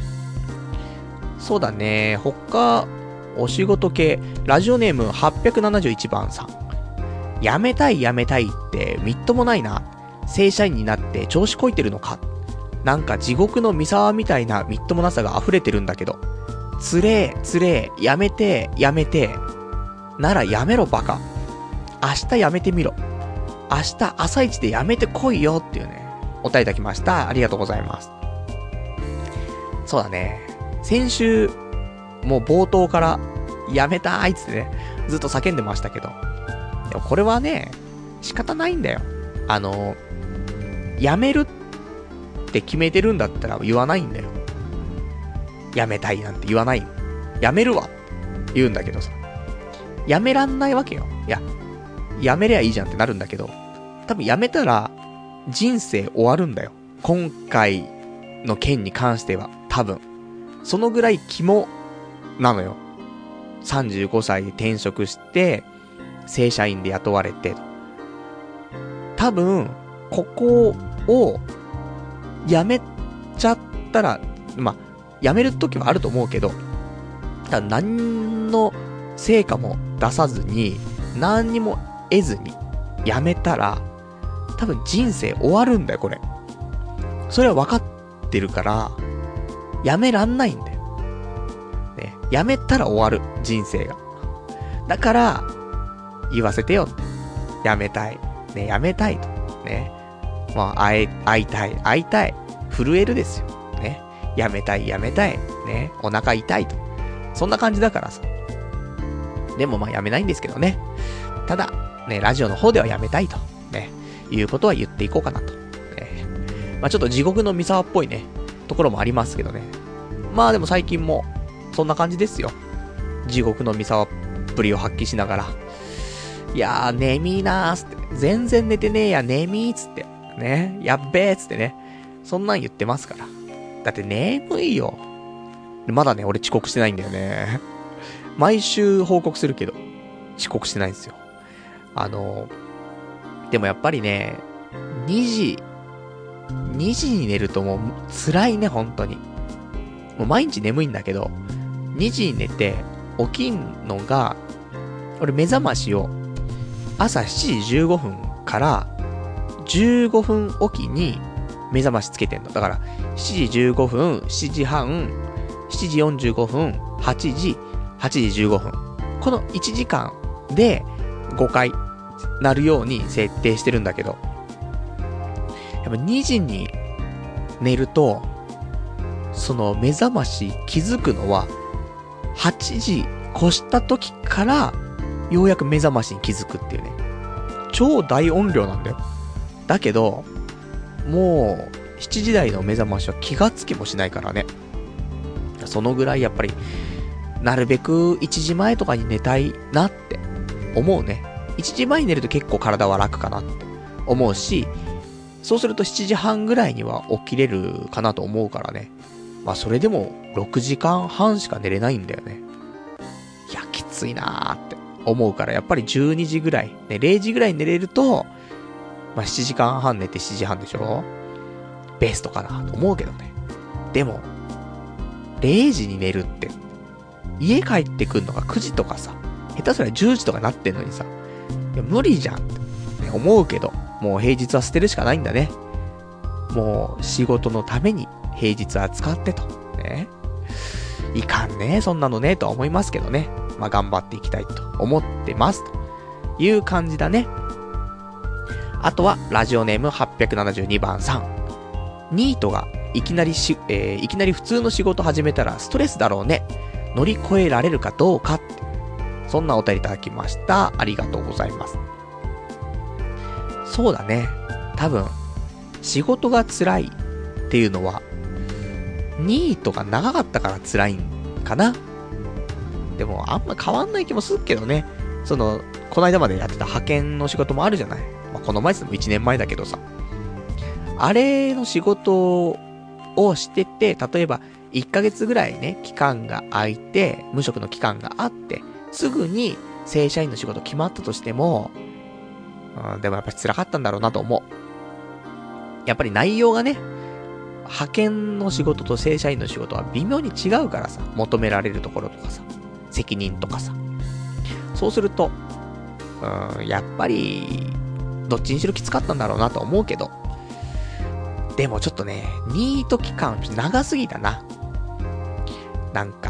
そうだね、他、お仕事系、ラジオネーム871番さん。辞めたいってみっともないな。正社員になって調子こいてるのか。なんか地獄の三沢みたいなみっともなさが溢れてるんだけど。つれえ、やめて。ならやめろバカ。明日やめてみろ。明日朝一でやめてこいよっていうね、お便りいただきました。ありがとうございます。そうだね。先週、もう冒頭からやめたーいっつってね、ずっと叫んでましたけど。でもこれはね、仕方ないんだよ。やめるって決めてるんだったら言わないんだよ。やめたいなんて言わない。やめるわって言うんだけどさ。やめらんないわけよ。いや、やめりゃいいじゃんってなるんだけど、多分やめたら人生終わるんだよ。今回の件に関しては多分。そのぐらい肝なのよ。35歳で転職して、正社員で雇われて。多分、ここをやめちゃったら、まあ、やめるときはあると思うけど、ただ何の成果も出さずに、何にも得ずに、やめたら、多分人生終わるんだよ、これ。それは分かってるから、やめらんないんだよ。ね、やめたら終わる、人生が。だから、言わせてよ。やめたい。ね、やめたいと。ね。まあ、会いたい。震えるですよ。ね。やめたい。ね。お腹痛いと。そんな感じだからさ。でもまあやめないんですけどね。ただ、ね、ラジオの方ではやめたいと。ね。いうことは言っていこうかなと。まあちょっと地獄の三沢っぽいね、ところもありますけどね。まあでも最近も、そんな感じですよ。地獄の三沢っぷりを発揮しながら。いやー、眠いなーつって。全然寝てねえや、眠いつって。ね。やっべーつってね。そんなん言ってますから。だって眠いよ。まだね、俺遅刻してないんだよね。毎週報告するけど、遅刻してないんですよ。でもやっぱりね、2時に寝るともう辛いね、本当に。もう毎日眠いんだけど、2時に寝て起きんのが、俺目覚ましを朝7時15分から15分おきに目覚ましつけてんの。だから7時15分、7時半、7時45分、8時、8時15分。この1時間で5回なるように設定してるんだけど、やっぱ2時に寝ると、その目覚まし気づくのは8時越した時からようやく目覚ましに気づくっていうね。超大音量なんだよ。だけど、もう7時台の目覚ましは気がつきもしないからね。そのぐらいやっぱりなるべく1時前とかに寝たいなって思うね。1時前に寝ると結構体は楽かなって思うし、そうすると7時半ぐらいには起きれるかなと思うからね。まあそれでも6時間半しか寝れないんだよね。いや、きついなーって思うから、やっぱり12時ぐらい、ね、0時ぐらいに寝れると、まあ、7時間半寝て7時半でしょ？ベストかなと思うけどね。でも、0時に寝るって、家帰ってくんのが9時とかさ、下手すら10時とかなってんのにさ、いや無理じゃんって、ね、思うけど、もう平日は捨てるしかないんだね。もう仕事のために平日は使ってと。ね。いかんね、そんなのね、とは思いますけどね。まあ頑張っていきたいと思ってます。という感じだね。あとは、ラジオネーム872番さん。ニートがいきなり普通の仕事始めたらストレスだろうね。乗り越えられるかどうかって。そんなお便りいただきました。ありがとうございます。そうだね。多分、仕事が辛いっていうのは、ニートが長かったから辛いんかな。でも、あんま変わんない気もするけどね。この間までやってた派遣の仕事もあるじゃない。まあ、この前でも1年前だけどさ。あれの仕事をしてて、例えば1ヶ月ぐらいね、期間が空いて、無職の期間があって、すぐに正社員の仕事決まったとしても、でもやっぱり辛かったんだろうなと思う。やっぱり内容がね、派遣の仕事と正社員の仕事は微妙に違うからさ、求められるところとかさ、責任とかさ。そうすると、やっぱり、どっちにしろきつかったんだろうなと思うけど、でもちょっとね、ニート期間長すぎたな。なんか、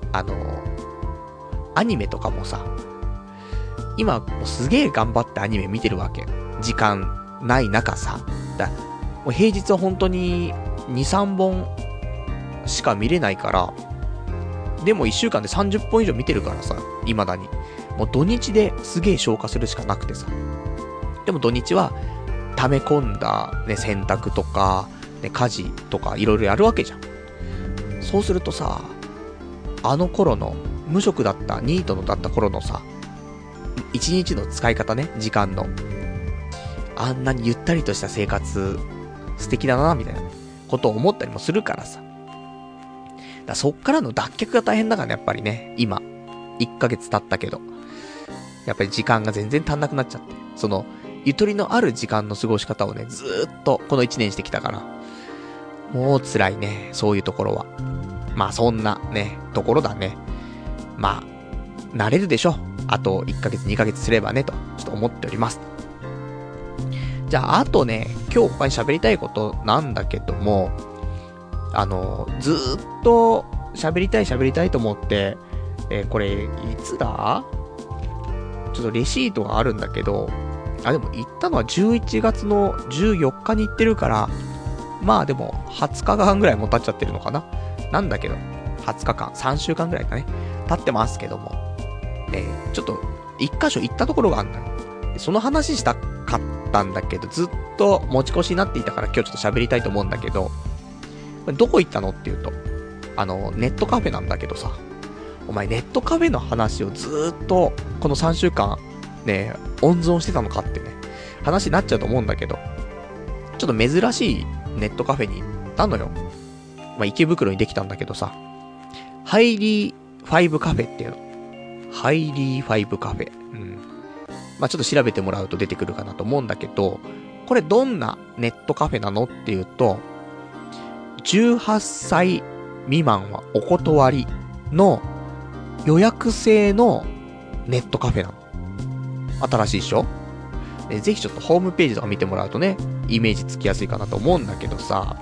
アニメとかもさ、今もうすげえ頑張ってアニメ見てるわけ。時間ない中さ。もう平日は本当に2、3本しか見れないから、でも1週間で30本以上見てるからさ、未だに。もう土日ですげえ消化するしかなくてさ。でも土日は、溜め込んだ、ね、洗濯とか、ね、家事とかいろいろやるわけじゃん。そうするとさ、あの頃の、無職だった、ニートのだった頃のさ、一日の使い方ね、時間の。あんなにゆったりとした生活、素敵だな、みたいなことを思ったりもするからさ。そっからの脱却が大変だからね、やっぱりね、今。1ヶ月経ったけど。やっぱり時間が全然足んなくなっちゃって。ゆとりのある時間の過ごし方をね、ずーっとこの1年してきたから。もう辛いね、そういうところは。まあそんなね、ところだね。まあ、慣れるでしょ。あと1ヶ月2ヶ月すればね、と、ちょっと思っております。じゃあ、あとね、今日他に喋りたいことなんだけども、ずーっと喋りたいと思って、これ、いつだ？ちょっとレシートがあるんだけど、でも行ったのは11月の14日に行ってるから、まあでも20日間ぐらいも経っちゃってるのかな。なんだけど、20日間、3週間ぐらいかね、経ってますけども、ちょっと一箇所行ったところがあるんだよ。その話したかったんだけど、ずっと持ち越しになっていたから今日ちょっと喋りたいと思うんだけど、どこ行ったのっていうと、ネットカフェなんだけどさ、お前ネットカフェの話をずーっとこの3週間ね、温存してたのかってね、話になっちゃうと思うんだけど、ちょっと珍しいネットカフェに行ったのよ。まあ、池袋にできたんだけどさ、ハイリーファイブカフェっていうの。ハイリーファイブカフェ。まあ、ちょっと調べてもらうと出てくるかなと思うんだけど、これどんなネットカフェなのっていうと、18歳未満はお断りの予約制のネットカフェなの。新しいでしょ？ぜひちょっとホームページとか見てもらうとね、イメージつきやすいかなと思うんだけどさ、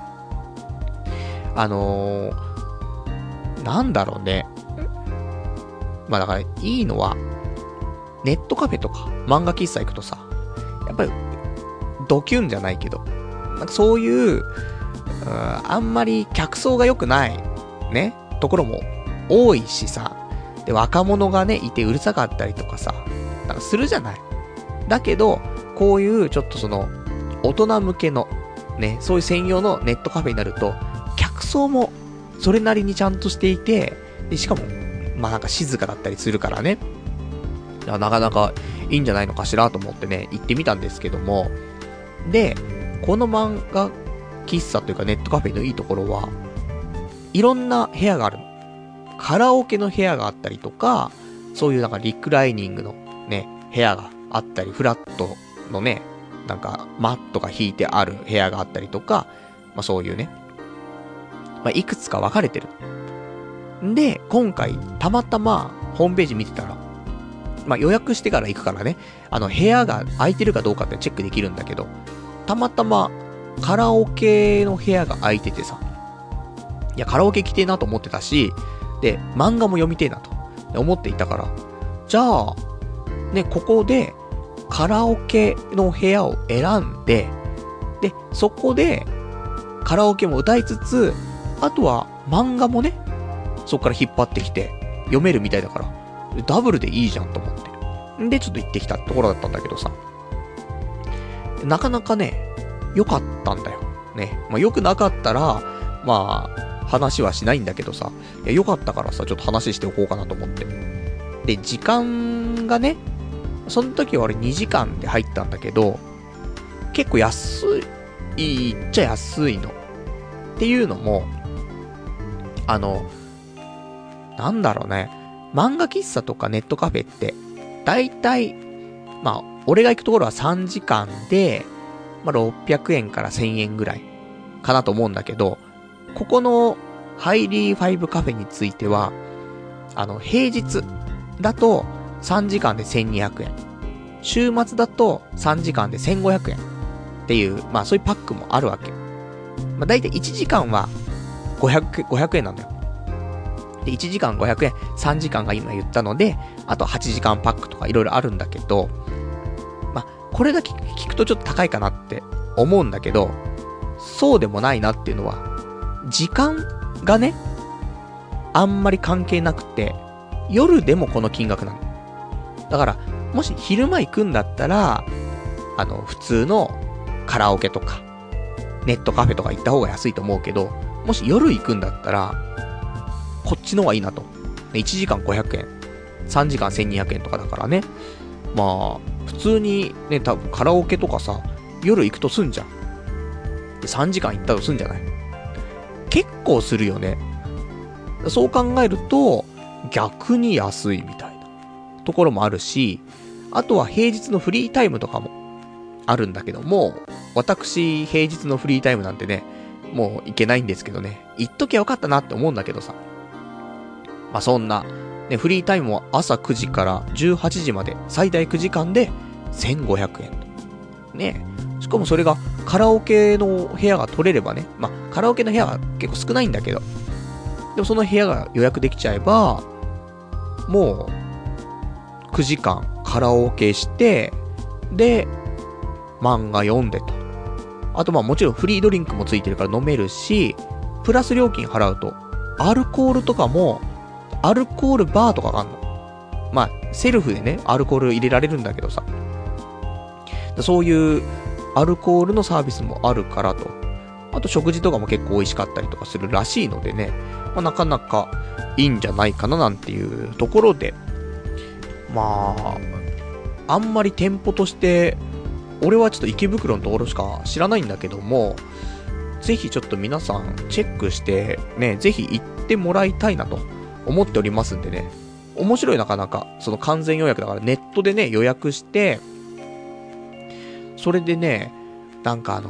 なんだろうね。まあだからいいのは、ネットカフェとか漫画喫茶行くとさ、やっぱりドキュンじゃないけど、なんかそういう、あんまり客層が良くないね、ところも多いしさ、で若者がねいてうるさかったりとかさ、なんかするじゃない。だけどこういうちょっと大人向けのね、そういう専用のネットカフェになると客層もそれなりにちゃんとしていて、でしかもまあなんか静かだったりするからね、なかなかいいんじゃないのかしらと思ってね行ってみたんですけども、でこの漫画喫茶というかネットカフェのいいところはいろんな部屋があるの。カラオケの部屋があったりとか、そういうなんかリクライニングのね、部屋があったり、フラットのね、なんか、マットが引いてある部屋があったりとか、まあそういうね、まあいくつか分かれてる。で、今回、たまたま、ホームページ見てたら、まあ予約してから行くからね、部屋が空いてるかどうかってチェックできるんだけど、たまたま、カラオケの部屋が空いててさ、いや、カラオケ来てえなと思ってたし、で、漫画も読みてえなと思っていたから、じゃあ、ね、ここで、カラオケの部屋を選んで、で、そこで、カラオケも歌いつつ、あとは漫画もね、そこから引っ張ってきて、読めるみたいだから、ダブルでいいじゃんと思って。で、ちょっと行ってきたところだったんだけどさ、なかなかね、良かったんだよ。ね。まあ、良くなかったら、まあ、話はしないんだけどさ、良かったからさ、ちょっと話しておこうかなと思って。で、時間がね、その時は俺2時間で入ったんだけど、結構安いっちゃ安いの。っていうのも、なんだろうね、漫画喫茶とかネットカフェって、だいたい、まあ、俺が行くところは3時間で、まあ、600円から1000円ぐらいかなと思うんだけど、ここのハイリーファイブカフェについては、平日だと3時間で1200円。週末だと3時間で1500円。っていう、まあそういうパックもあるわけ。まあだいたい1時間は500円なんだよ。で、1時間500円、3時間が今言ったので、あと8時間パックとかいろいろあるんだけど、まあこれだけ聞くとちょっと高いかなって思うんだけど、そうでもないなっていうのは、時間がね、あんまり関係なくて、夜でもこの金額なの。だから、もし昼間行くんだったら、普通のカラオケとか、ネットカフェとか行った方が安いと思うけど、もし夜行くんだったら、こっちの方がいいなと。1時間500円、3時間1200円とかだからね。まあ、普通にね、多分カラオケとかさ、夜行くとすんじゃん。で、3時間行ったとすんじゃない？結構するよね。そう考えると、逆に安いみたいなところもあるし、あとは平日のフリータイムとかもあるんだけども、私、平日のフリータイムなんてね、もう行けないんですけどね、行っときゃよかったなって思うんだけどさ。まあそんな、ね、フリータイムは朝9時から18時まで最大9時間で1500円と。ね、しかもそれがカラオケの部屋が取れればね、まあカラオケの部屋は結構少ないんだけど、でもその部屋が予約できちゃえば、もう9時間カラオケして、で、漫画読んでと。あとまあもちろんフリードリンクもついてるから飲めるし、プラス料金払うと、アルコールとかも、アルコールバーとかがあんの。まあ、セルフでね、アルコール入れられるんだけどさ。そういうアルコールのサービスもあるからと。あと食事とかも結構美味しかったりとかするらしいのでね、まあ、なかなかいいんじゃないかななんていうところで、まあ、あんまり店舗として、俺はちょっと池袋のところしか知らないんだけども、ぜひちょっと皆さんチェックしてね、ぜひ行ってもらいたいなと思っておりますんでね、面白いなかなか、その完全予約だからネットでね、予約して、それでね、なんか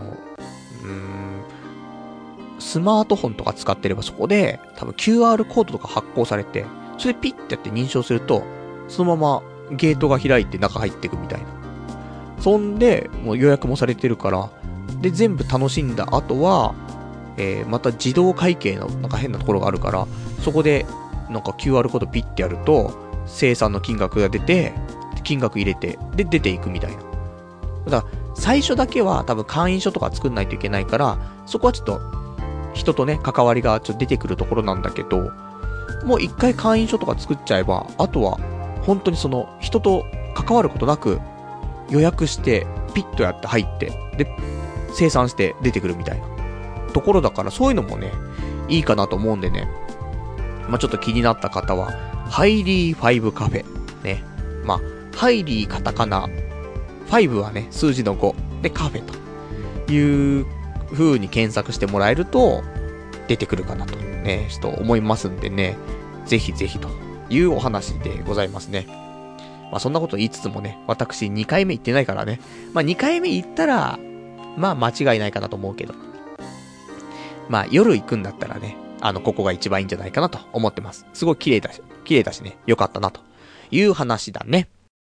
スマートフォンとか使ってればそこで多分 QR コードとか発行されて、それでピッてやって認証すると、そのままゲートが開いて中入っていくみたいな。そんで、もう予約もされてるから、で、全部楽しんだ後は、また自動会計のなんか変なところがあるから、そこでなんか QR コードピッてやると、生産の金額が出て、金額入れて、で、出ていくみたいな。だから、最初だけは多分会員証とか作んないといけないから、そこはちょっと、人とね、関わりがちょっと出てくるところなんだけど、もう一回会員証とか作っちゃえば、あとは、本当にその、人と関わることなく、予約して、ピッとやって入って、で、生産して出てくるみたいなところだから、そういうのもね、いいかなと思うんでね、まあちょっと気になった方は、ハイリーファイブカフェ、ね、まあハイリーカタカナ、5はね、数字の5でカフェという風に検索してもらえると出てくるかなとね、ちょっと思いますんでね、ぜひぜひというお話でございますね。 まあそんなこと言いつつもね、私2回目行ってないからね。まあ2回目行ったら、まあ間違いないかなと思うけど。まあ夜行くんだったらね、ここが一番いいんじゃないかなと思ってます。すごい綺麗だしね、良かったなという話だね。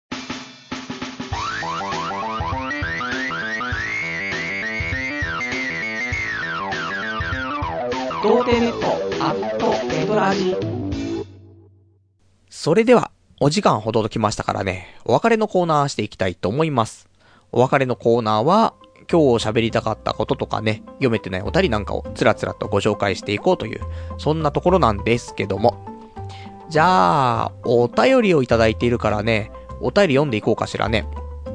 童貞ネットアットネトラジ。 それではお時間ほどときましたからね、お別れのコーナーしていきたいと思います。お別れのコーナーは今日喋りたかったこととかね、読めてないお便りなんかをつらつらとご紹介していこうというそんなところなんですけども、じゃあお便りをいただいているからね、お便り読んでいこうかしらね。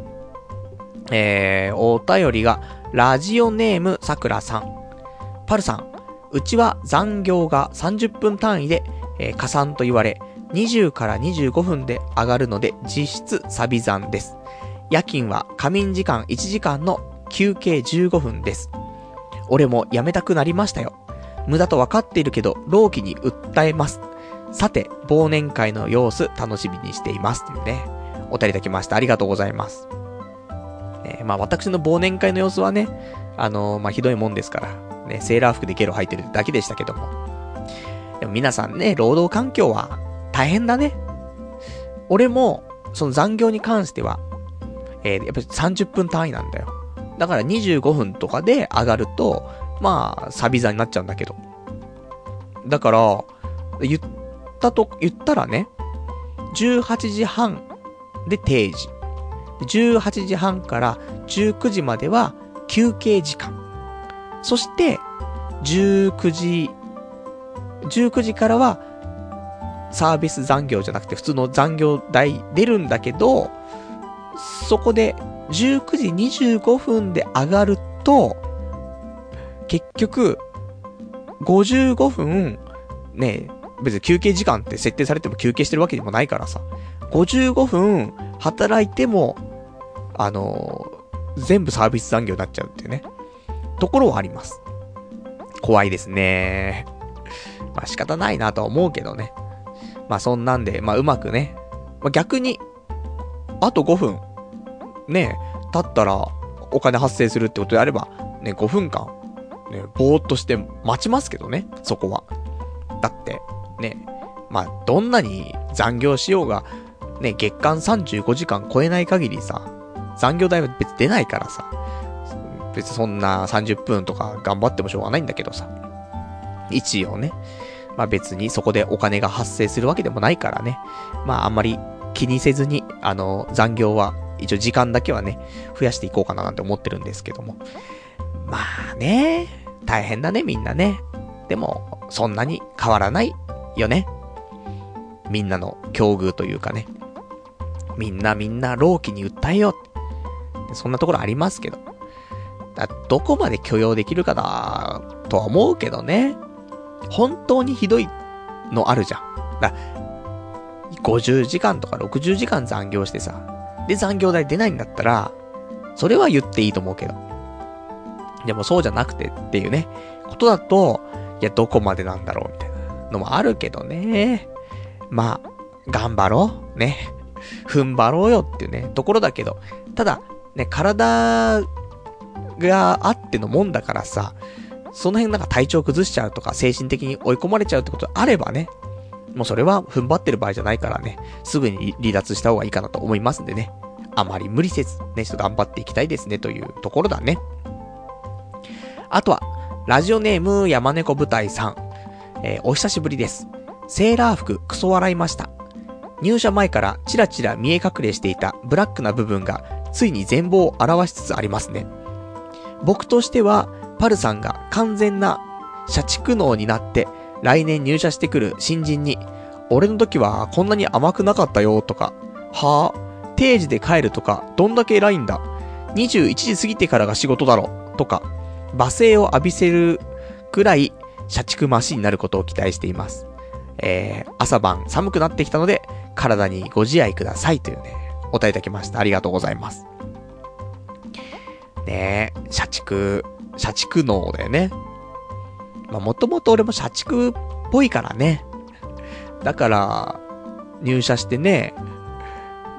お便りがラジオネームさくらさん。パルさん、うちは残業が30分単位で、加算と言われ、20から25分で上がるので実質サビ残です。夜勤は仮眠時間1時間の休憩15分です。俺も辞めたくなりましたよ。無駄と分かっているけど労基に訴えます。さて忘年会の様子楽しみにしていますというね、お便りいただきました。ありがとうございます。まあ私の忘年会の様子はね、まあひどいもんですからね、セーラー服でゲロ吐いてるだけでしたけども、でも皆さんね、労働環境は大変だね。俺もその残業に関しては、やっぱり30分単位なんだよ。だから25分とかで上がると、まあサビ残になっちゃうんだけど、だから言ったらね、18時半で定時、18時半から19時までは休憩時間、そして19時からはサービス残業じゃなくて普通の残業代出るんだけど、そこで19時25分で上がると結局55分ね、別に休憩時間って設定されても休憩してるわけでもないからさ、55分働いても全部サービス残業になっちゃうっていうねところはあります。怖いですね。まあ仕方ないなとは思うけどね。まあそんなんで、まあうまくね、まあ、逆にあと5分ね経ったらお金発生するってことであればね、5分間ねぼーっとして待ちますけどね、そこは。だってね、まあどんなに残業しようがね、月間35時間超えない限りさ、残業代は別に出ないからさ、別にそんな30分とか頑張ってもしょうがないんだけどさ、一応ね、まあ別にそこでお金が発生するわけでもないからね、まああんまり気にせずに残業は一応時間だけはね増やしていこうかななんて思ってるんですけども、まあね、大変だねみんなね。でもそんなに変わらないよね、みんなの境遇というかね。みんな労基に訴えよう、そんなところありますけど、どこまで許容できるかだとは思うけどね。本当にひどいのあるじゃん。50時間とか60時間残業してさ、で残業代出ないんだったらそれは言っていいと思うけど、でもそうじゃなくてっていうねことだと、いやどこまでなんだろうみたいなのもあるけどね。まあ頑張ろうね、踏ん張ろうよっていうねところだけど、ただね、体があってのもんだからさ、その辺なんか体調崩しちゃうとか精神的に追い込まれちゃうってことあればね、もうそれは踏ん張ってる場合じゃないからね、すぐに離脱した方がいいかなと思いますんでね、あまり無理せずね、ちょっと頑張っていきたいですねというところだね。あとはラジオネーム山猫舞台さん、お久しぶりです。セーラー服クソ笑いました。入社前からチラチラ見え隠れしていたブラックな部分がついに全貌を表しつつありますね。僕としてはパルさんが完全な社畜能になって来年入社してくる新人に、俺の時はこんなに甘くなかったよとか、はぁ、定時で帰るとかどんだけ偉いんだ、21時過ぎてからが仕事だろとか罵声を浴びせるくらい社畜マシンになることを期待しています。朝晩寒くなってきたので体にご自愛くださいというねお答えいただきました。ありがとうございます。ねえ、社畜能だよね。まあもともと俺も社畜っぽいからね。だから入社してね、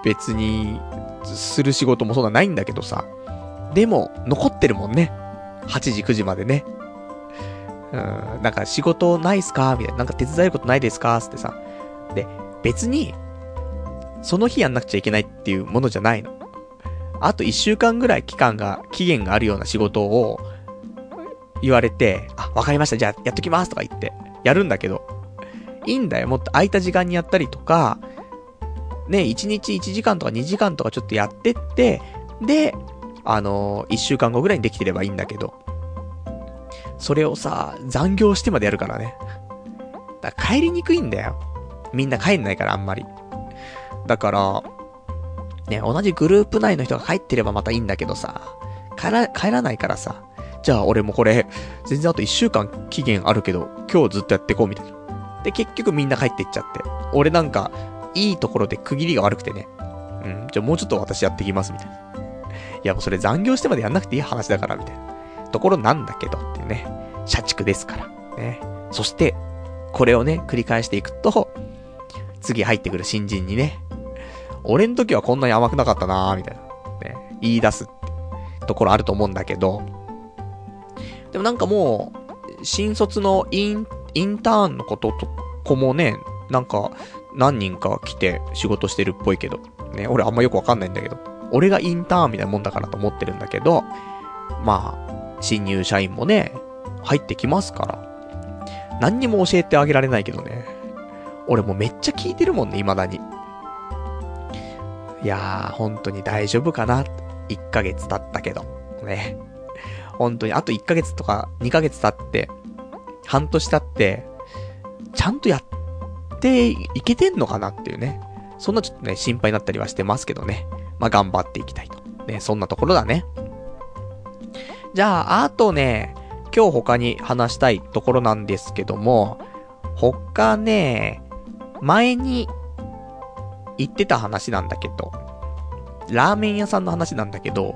別に、する仕事もそんなないんだけどさ。でも、残ってるもんね。8時、9時までね。なんか仕事ないっすかみたいな。なんか手伝えることないですかつってさ。で、別に、その日やんなくちゃいけないっていうものじゃないの。あと1週間ぐらい期限があるような仕事を言われて、あ、わかりました。じゃあやっときますとか言って、やるんだけど。いいんだよ。もっと空いた時間にやったりとか、ね、1日1時間とか2時間とかちょっとやってって、で、1週間後ぐらいにできてればいいんだけど。それをさ、残業してまでやるからね。だから帰りにくいんだよ。みんな帰んないからあんまり。だから、ね、同じグループ内の人が帰ってればまたいいんだけどさ、帰らないからさ、じゃあ俺もこれ、全然あと1週間期限あるけど、今日ずっとやってこうみたいな。で、結局みんな帰っていっちゃって。俺なんか、いいところで区切りが悪くてね。じゃあもうちょっと私やってきますみたいな。いやもうそれ残業してまでやんなくていい話だからみたいな。ところなんだけどっていうね。社畜ですから。ね。そして、これをね、繰り返していくと、次入ってくる新人にね、俺の時はこんなに甘くなかったなーみたいな。ね。言い出すってところあると思うんだけど、でもなんかもう、新卒のインターンの子もね、なんか、何人か来て仕事してるっぽいけど、ね、俺あんまよくわかんないんだけど、俺がインターンみたいなもんだからと思ってるんだけど、まあ、新入社員もね、入ってきますから、何にも教えてあげられないけどね、俺もうめっちゃ聞いてるもんね、未だに。いやー、本当に大丈夫かな。1ヶ月経ったけど、ね。本当にあと1ヶ月とか2ヶ月経って、半年経って、ちゃんとやっていけてんのかなっていうね。そんなちょっとね、心配になったりはしてますけどね。まあ、頑張っていきたいと。ね、そんなところだね。じゃあ、あとね、今日他に話したいところなんですけども、他ね、前に言ってた話なんだけど、ラーメン屋さんの話なんだけど、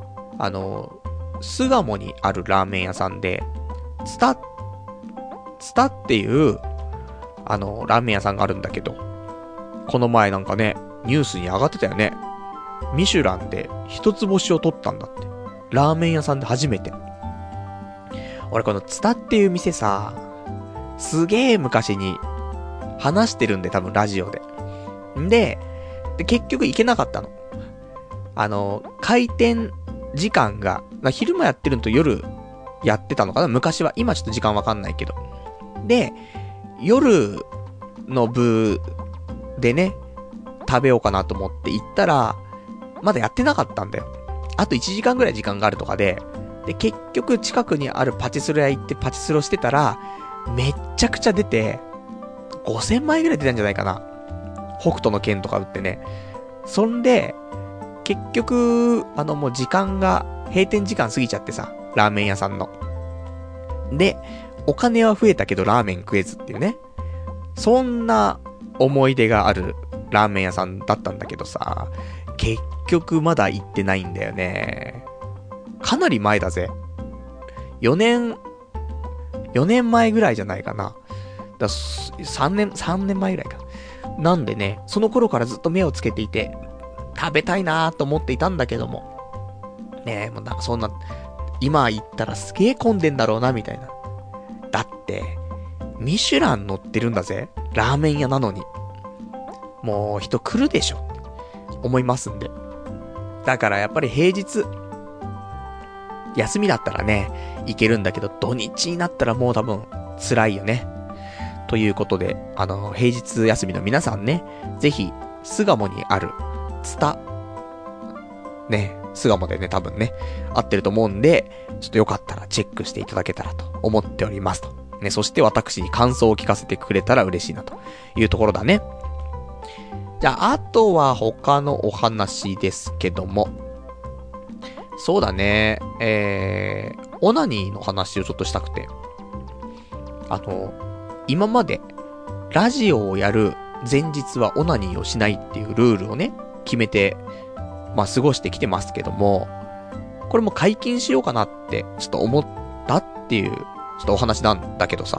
巣鴨にあるラーメン屋さんで、ツタっていう、ラーメン屋さんがあるんだけど、この前なんかね、ニュースに上がってたよね。ミシュランで一つ星を取ったんだって。ラーメン屋さんで初めて。俺このツタっていう店さ、すげえ昔に話してるんで多分ラジオで。で、結局行けなかったの。開店時間が、昼間やってるのと夜やってたのかな昔は。今ちょっと時間わかんないけど。で、夜の部でね、食べようかなと思って行ったら、まだやってなかったんだよ。あと1時間ぐらい時間があるとかで、結局近くにあるパチスロ屋行ってパチスロしてたら、めっちゃくちゃ出て、5000枚ぐらい出たんじゃないかな。北斗の拳とか売ってね。そんで、結局、もう時間が、閉店時間過ぎちゃってさ、ラーメン屋さんの。で、お金は増えたけどラーメン食えずっていうね。そんな思い出があるラーメン屋さんだったんだけどさ、結局まだ行ってないんだよね。かなり前だぜ。4年前ぐらいじゃないかな。3年前ぐらいか。なんでね、その頃からずっと目をつけていて、食べたいなーと思っていたんだけども。ねえ、もうなんかそんな、今行ったらすげえ混んでんだろうな、みたいな。だって、ミシュラン乗ってるんだぜ。ラーメン屋なのに。もう人来るでしょ。思いますんで。だからやっぱり平日、休みだったらね、行けるんだけど、土日になったらもう多分、辛いよね。ということで、平日休みの皆さんね、ぜひ、巣鴨にある、ツタ、ね、巣鴨でね、多分ね、合ってると思うんで、ちょっとよかったらチェックしていただけたらと思っておりますと。ね、そして私に感想を聞かせてくれたら嬉しいなというところだね。じゃあ、あとは他のお話ですけども。そうだね、オナニーの話をちょっとしたくて。今まで、ラジオをやる前日はオナニーをしないっていうルールをね、決めて、まあ、過ごしてきてますけども、これも解禁しようかなって、ちょっと思ったっていう、ちょっとお話なんだけどさ。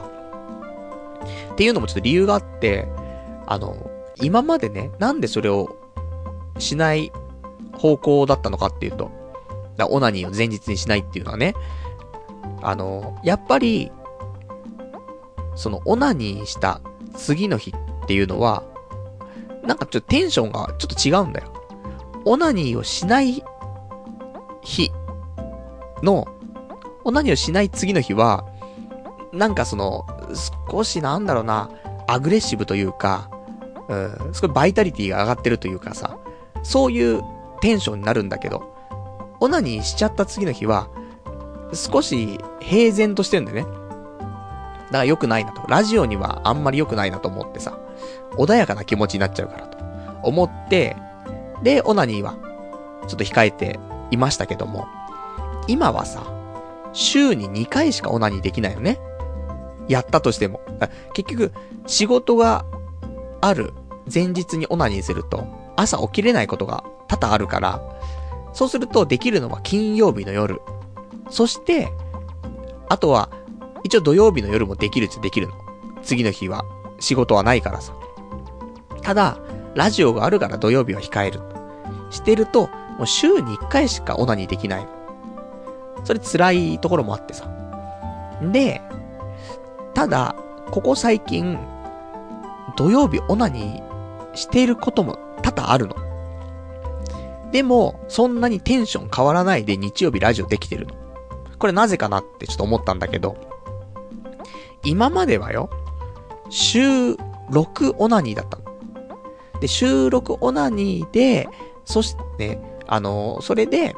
っていうのもちょっと理由があって、今までね、なんでそれをしない方向だったのかっていうと、オナニーを前日にしないっていうのはね、やっぱり、そのオナニーした次の日っていうのは、なんかちょっとテンションがちょっと違うんだよ。オナニーをしない日の、オナニーをしない次の日は、なんかその、少しなんだろうな、アグレッシブというか、少しバイタリティが上がってるというかさ、そういうテンションになるんだけど、オナニーしちゃった次の日は、少し平然としてるんだよね。だから良くないなと。ラジオにはあんまり良くないなと思ってさ、穏やかな気持ちになっちゃうからと思って、で、オナニーはちょっと控えていましたけども、今はさ、週に2回しかオナニーできないよね。やったとしても。結局、仕事がある前日にオナニーすると、朝起きれないことが多々あるから、そうするとできるのは金曜日の夜。そして、あとは、一応土曜日の夜もできるっちゃできるの。次の日は仕事はないからさ。ただ、ラジオがあるから土曜日は控える。してると、もう週に1回しかオナニーできないの。それ辛いところもあってさ。で、ただ、ここ最近、土曜日オナニーしていることも多々あるの。でも、そんなにテンション変わらないで日曜日ラジオできてるの。これなぜかなってちょっと思ったんだけど、今まではよ、週6オナニーだったの。で、週6オナニーで、そしてね、それで、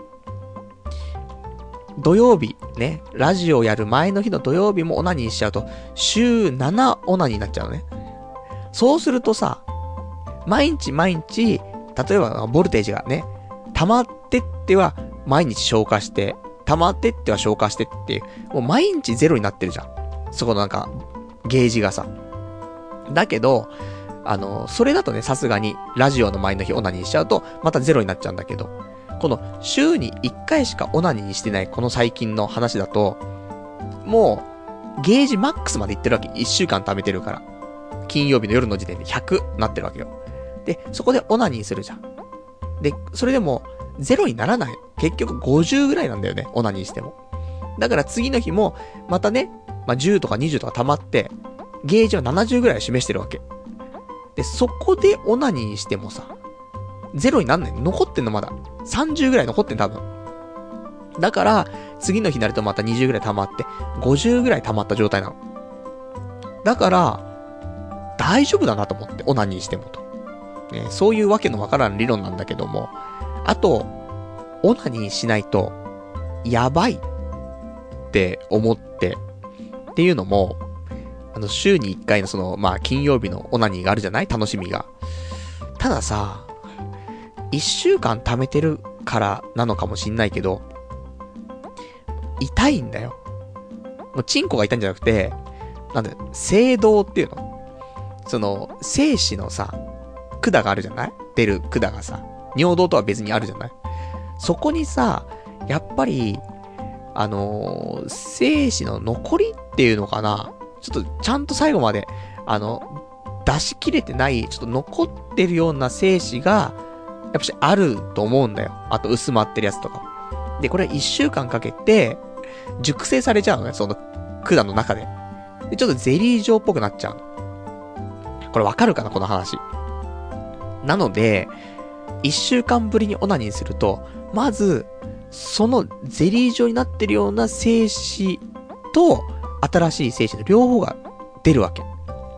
土曜日ね、ラジオやる前の日の土曜日もオナニーしちゃうと、週7オナニーになっちゃうのね。そうするとさ、毎日、例えばボルテージがね、溜まってっては毎日消化して、溜まってっては消化してっていう、もう毎日ゼロになってるじゃん。そこのなんか、ゲージがさ。だけど、それだとね、さすがに、ラジオの前の日オナニーしちゃうと、またゼロになっちゃうんだけど、この、週に1回しかオナニーしてないこの最近の話だと、もう、ゲージマックスまでいってるわけ。1週間貯めてるから。金曜日の夜の時点で100なってるわけよ。で、そこでオナニーするじゃん。で、それでも、ゼロにならない。結局50ぐらいなんだよね、オナニーしても。だから次の日も、またね、10とか20とか溜まって、ゲージは70ぐらい示してるわけ。で、そこでオナニーしてもさ、ゼロになんない。残ってんのまだ。30ぐらい残ってん多分。だから、次の日になるとまた20ぐらい溜まって、50ぐらい溜まった状態なの。だから、大丈夫だなと思って、オナニーしてもと。ね、そういうわけのわからん理論なんだけども、あと、オナニーしないと、やばいって思って、っていうのも、週に1回のその、金曜日のオナニーがあるじゃない？楽しみが。たださ、1週間貯めてるからなのかもしんないけど、痛いんだよ。もうチンコが痛いんじゃなくて、なんだよ、精動っていうの。その、精子のさ、管があるじゃない？出る管がさ、尿道とは別にあるじゃない？そこにさ、やっぱり、精子の残りっていうのかな？ちょっとちゃんと最後まで、出し切れてない、ちょっと残ってるような精子が、やっぱしあると思うんだよ。あと薄まってるやつとか。で、これ1週間かけて、熟成されちゃうのね、その管の中で。で、ちょっとゼリー状っぽくなっちゃうの。これわかるかな、この話。なので、1週間ぶりにオナニーすると、まず、そのゼリー状になってるような精子と、新しい精子の両方が出るわけ。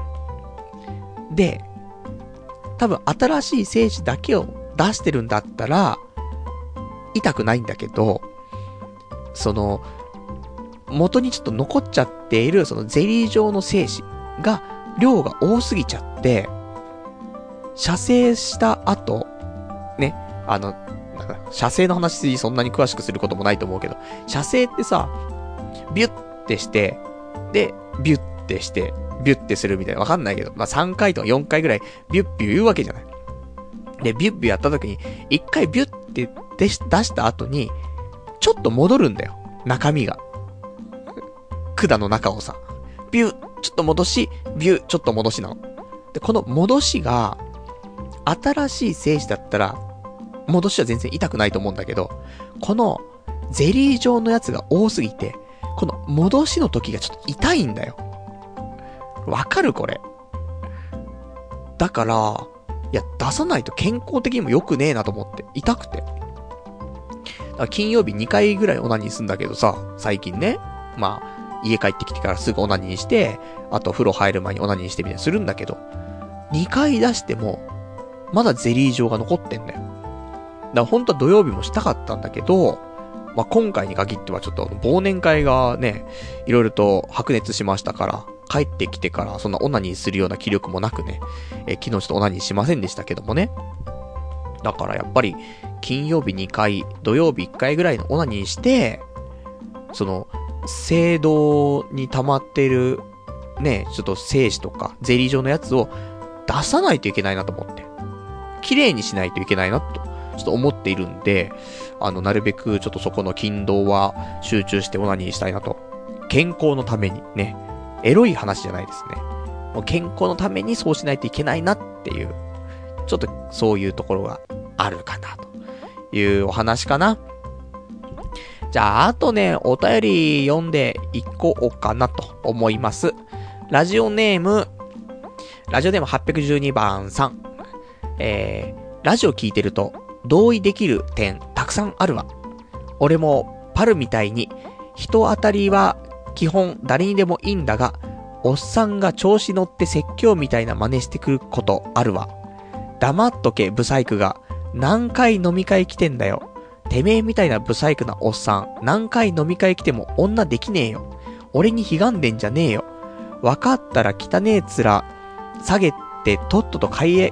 で、多分新しい精子だけを出してるんだったら、痛くないんだけど、その、元にちょっと残っちゃっている、そのゼリー状の精子が、量が多すぎちゃって、射精した後、ね、射精の話そんなに詳しくすることもないと思うけど、射精ってさ、ビュッてして、で、ビュッてして、ビュッてするみたいな、わかんないけど、3回とか4回ぐらい、ビュッビュ言うわけじゃない。で、ビュッビュやった時に、1回ビュッて出した後に、ちょっと戻るんだよ。中身が。管の中をさ、ビュッ、ちょっと戻し、ビュッ、ちょっと戻しなの。で、この戻しが、新しい精子だったら、 戻しは全然痛くないと思うんだけど、このゼリー状のやつが多すぎて、この戻しの時がちょっと痛いんだよ。わかるこれ。だから、いや、出さないと健康的にも良くねえなと思って。痛くて。だから金曜日2回ぐらいオナニーすんだけどさ、最近ね。まあ、家帰ってきてからすぐオナニーして、あと風呂入る前にオナニーしてみたいなするんだけど、2回出しても、まだゼリー状が残ってんだよ。だから本当は土曜日もしたかったんだけど、まあ、今回に限ってはちょっと忘年会がね、いろいろと白熱しましたから、帰ってきてからそんなオナニーするような気力もなくね、昨日ちょっとオナニーしませんでしたけどもね。だからやっぱり、金曜日2回、土曜日1回ぐらいのオナニーして、その、聖堂に溜まっている、ね、ちょっと精子とかゼリー状のやつを出さないといけないなと思って。綺麗にしないといけないなと、ちょっと思っているんで、なるべくちょっとそこの筋動は集中してオナニーしたいなと。健康のためにね。エロい話じゃないですね。もう健康のためにそうしないといけないなっていう、ちょっとそういうところがあるかなというお話かな。じゃあ、あとね、お便り読んでいこうかなと思います。ラジオネーム812番さん。ラジオ聞いてると同意できる点たくさんあるわ。俺もパルみたいに人当たりは基本誰にでもいいんだが、おっさんが調子乗って説教みたいな真似してくることあるわ。黙っとけブサイクが。何回飲み会来てんだよ。てめえみたいなブサイクなおっさん何回飲み会来ても女できねえよ。俺にひがんでんじゃねえよ。わかったら汚ねえ面下げてとっとと帰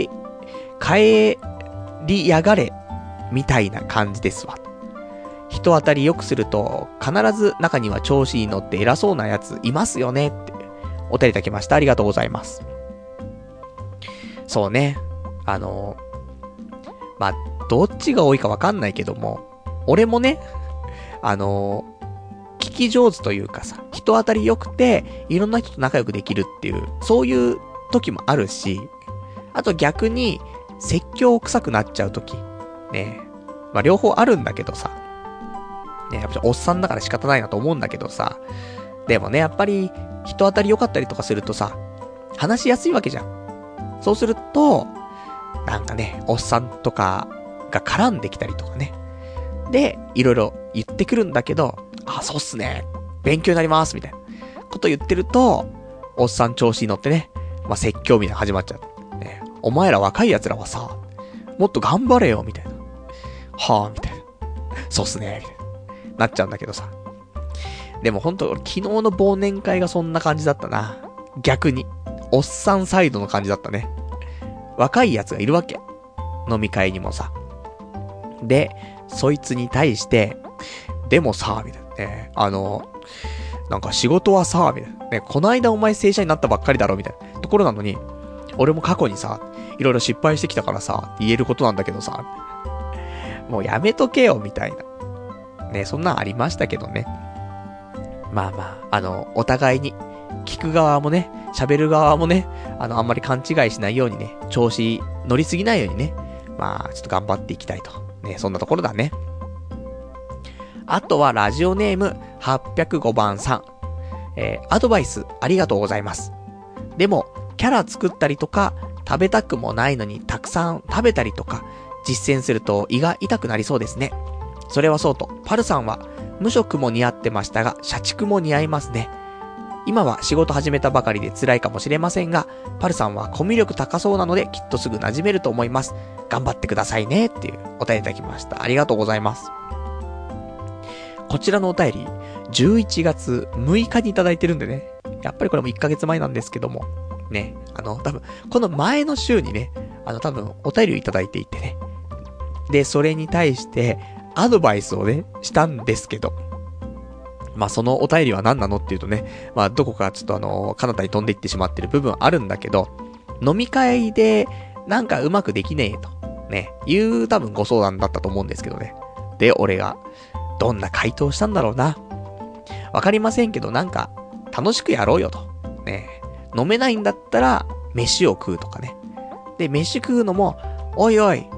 りやがれみたいな感じですわ。人当たり良くすると必ず中には調子に乗って偉そうなやついますよねってお便りいただきました。ありがとうございます。そうね、まあどっちが多いかわかんないけども、俺もね、聞き上手というかさ、人当たり良くていろんな人と仲良くできるっていう、そういう時もあるし、あと逆に説教臭くなっちゃう時ね、まあ両方あるんだけどさ、ね、やっぱおっさんだから仕方ないなと思うんだけどさ、でもね、やっぱり人当たり良かったりとかするとさ、話しやすいわけじゃん。そうするとなんかね、おっさんとかが絡んできたりとかね、でいろいろ言ってくるんだけど、あ、そうっすね、勉強になりますみたいなこと言ってると、おっさん調子に乗ってね、まあ説教みたいな始まっちゃう、ね、お前ら若い奴らはさ、もっと頑張れよみたいな、はぁみたいな、そうっすねみたいななっちゃうんだけどさ。でもほんと昨日の忘年会がそんな感じだったな。逆におっさんサイドの感じだったね。若いやつがいるわけ、飲み会にもさ。でそいつに対して、でもさみたいなね、なんか仕事はさみたいなね、この間お前正社員になったばっかりだろみたいなところなのに、俺も過去にさいろいろ失敗してきたからさ言えることなんだけどさ、もうやめとけよみたいなね、そんなんありましたけどね。まあまあ、お互いに、聞く側もね、喋る側もね、あんまり勘違いしないようにね、調子乗りすぎないようにね、まあ、ちょっと頑張っていきたいと。ね、そんなところだね。あとは、ラジオネーム、805番さん。アドバイス、ありがとうございます。でも、キャラ作ったりとか、食べたくもないのにたくさん食べたりとか、実践すると胃が痛くなりそうですね。それはそうと、パルさんは無職も似合ってましたが、社畜も似合いますね。今は仕事始めたばかりで辛いかもしれませんが、パルさんはコミュ力高そうなのできっとすぐ馴染めると思います。頑張ってくださいねっていうお便りいただきました。ありがとうございます。こちらのお便り、11月6日にいただいてるんでね、やっぱりこれも1ヶ月前なんですけども、ね、多分、この前の週にね、多分お便りをいただいていてね、で、それに対して、アドバイスをね、したんですけど、まあそのお便りは何なのっていうとね、まあどこかちょっと彼方に飛んでいってしまってる部分あるんだけど、飲み会でなんかうまくできねえと、ね、いう多分ご相談だったと思うんですけどね。で、俺が、どんな回答したんだろうな。わかりませんけど、なんか、楽しくやろうよと。ね、飲めないんだったら、飯を食うとかね。で、飯食うのも、おいおい、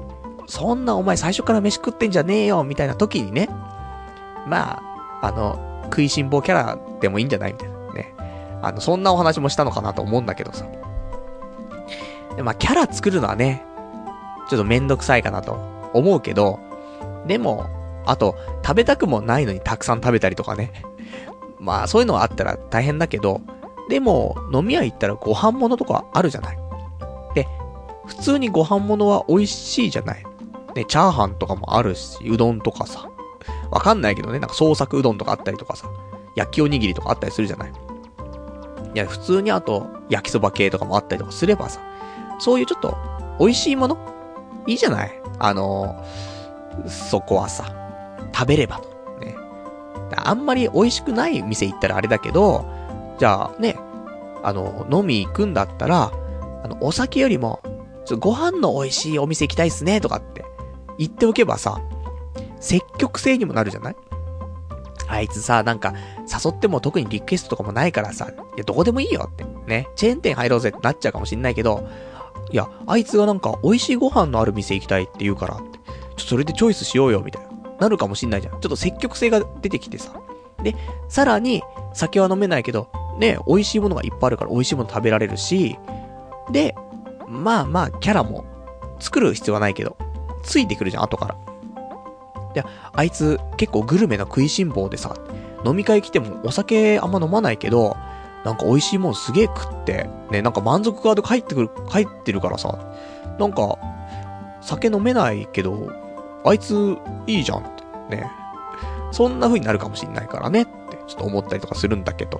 そんなお前最初から飯食ってんじゃねえよみたいな時にね、まあ、食いしん坊キャラでもいいんじゃないみたいなね。そんなお話もしたのかなと思うんだけどさ。でまあ、キャラ作るのはね、ちょっとめんどくさいかなと思うけど、でも、あと、食べたくもないのにたくさん食べたりとかね。まあ、そういうのはあったら大変だけど、でも、飲み屋行ったらご飯物とかあるじゃない。で、普通にご飯物は美味しいじゃない。ね、チャーハンとかもあるし、うどんとかさ。わかんないけどね、なんか創作うどんとかあったりとかさ、焼きおにぎりとかあったりするじゃない。いや、普通にあと、焼きそば系とかもあったりとかすればさ、そういうちょっと、美味しいものいいじゃない。そこはさ、食べればと。ね。あんまり美味しくない店行ったらあれだけど、じゃあね、飲み行くんだったら、お酒よりも、ご飯の美味しいお店行きたいっすね、とかって言っておけばさ、積極性にもなるじゃない？あいつさ、なんか、誘っても特にリクエストとかもないからさ、いや、どこでもいいよって。ね。チェーン店入ろうぜってなっちゃうかもしんないけど、いや、あいつがなんか、美味しいご飯のある店行きたいって言うからって、それでチョイスしようよ、みたいな。なるかもしんないじゃん。ちょっと積極性が出てきてさ。で、さらに、酒は飲めないけど、ね、美味しいものがいっぱいあるから美味しいもの食べられるし、で、まあまあ、キャラも、作る必要はないけど、ついてくるじゃん、後から。いや、あいつ結構グルメな食いしん坊でさ、飲み会来てもお酒あんま飲まないけど、なんか美味しいもんすげえ食って、ね、なんか満足カード帰ってるからさ、なんか、酒飲めないけど、あいついいじゃんって、ね。そんな風になるかもしんないからねって、ちょっと思ったりとかするんだけどって。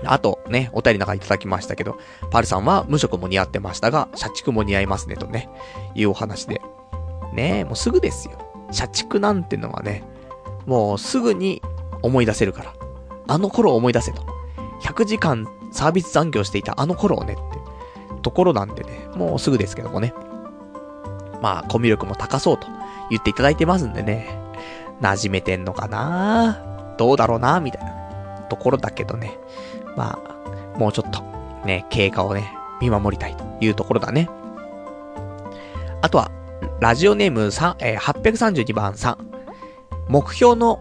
あとね、お便りの中いただきましたけど、パルさんは無職も似合ってましたが、社畜も似合いますねとね、いうお話で。ねえ、もうすぐですよ。社畜なんてのはね、もうすぐに思い出せるから。あの頃を思い出せと。100時間サービス残業していたあの頃をねってところなんでね、もうすぐですけどもね。まあ、コミュ力も高そうと言っていただいてますんでね、馴染めてんのかなどうだろうなみたいなところだけどね。まあ、もうちょっとね、経過をね、見守りたいというところだね。あとは、ラジオネーム832番さん。目標の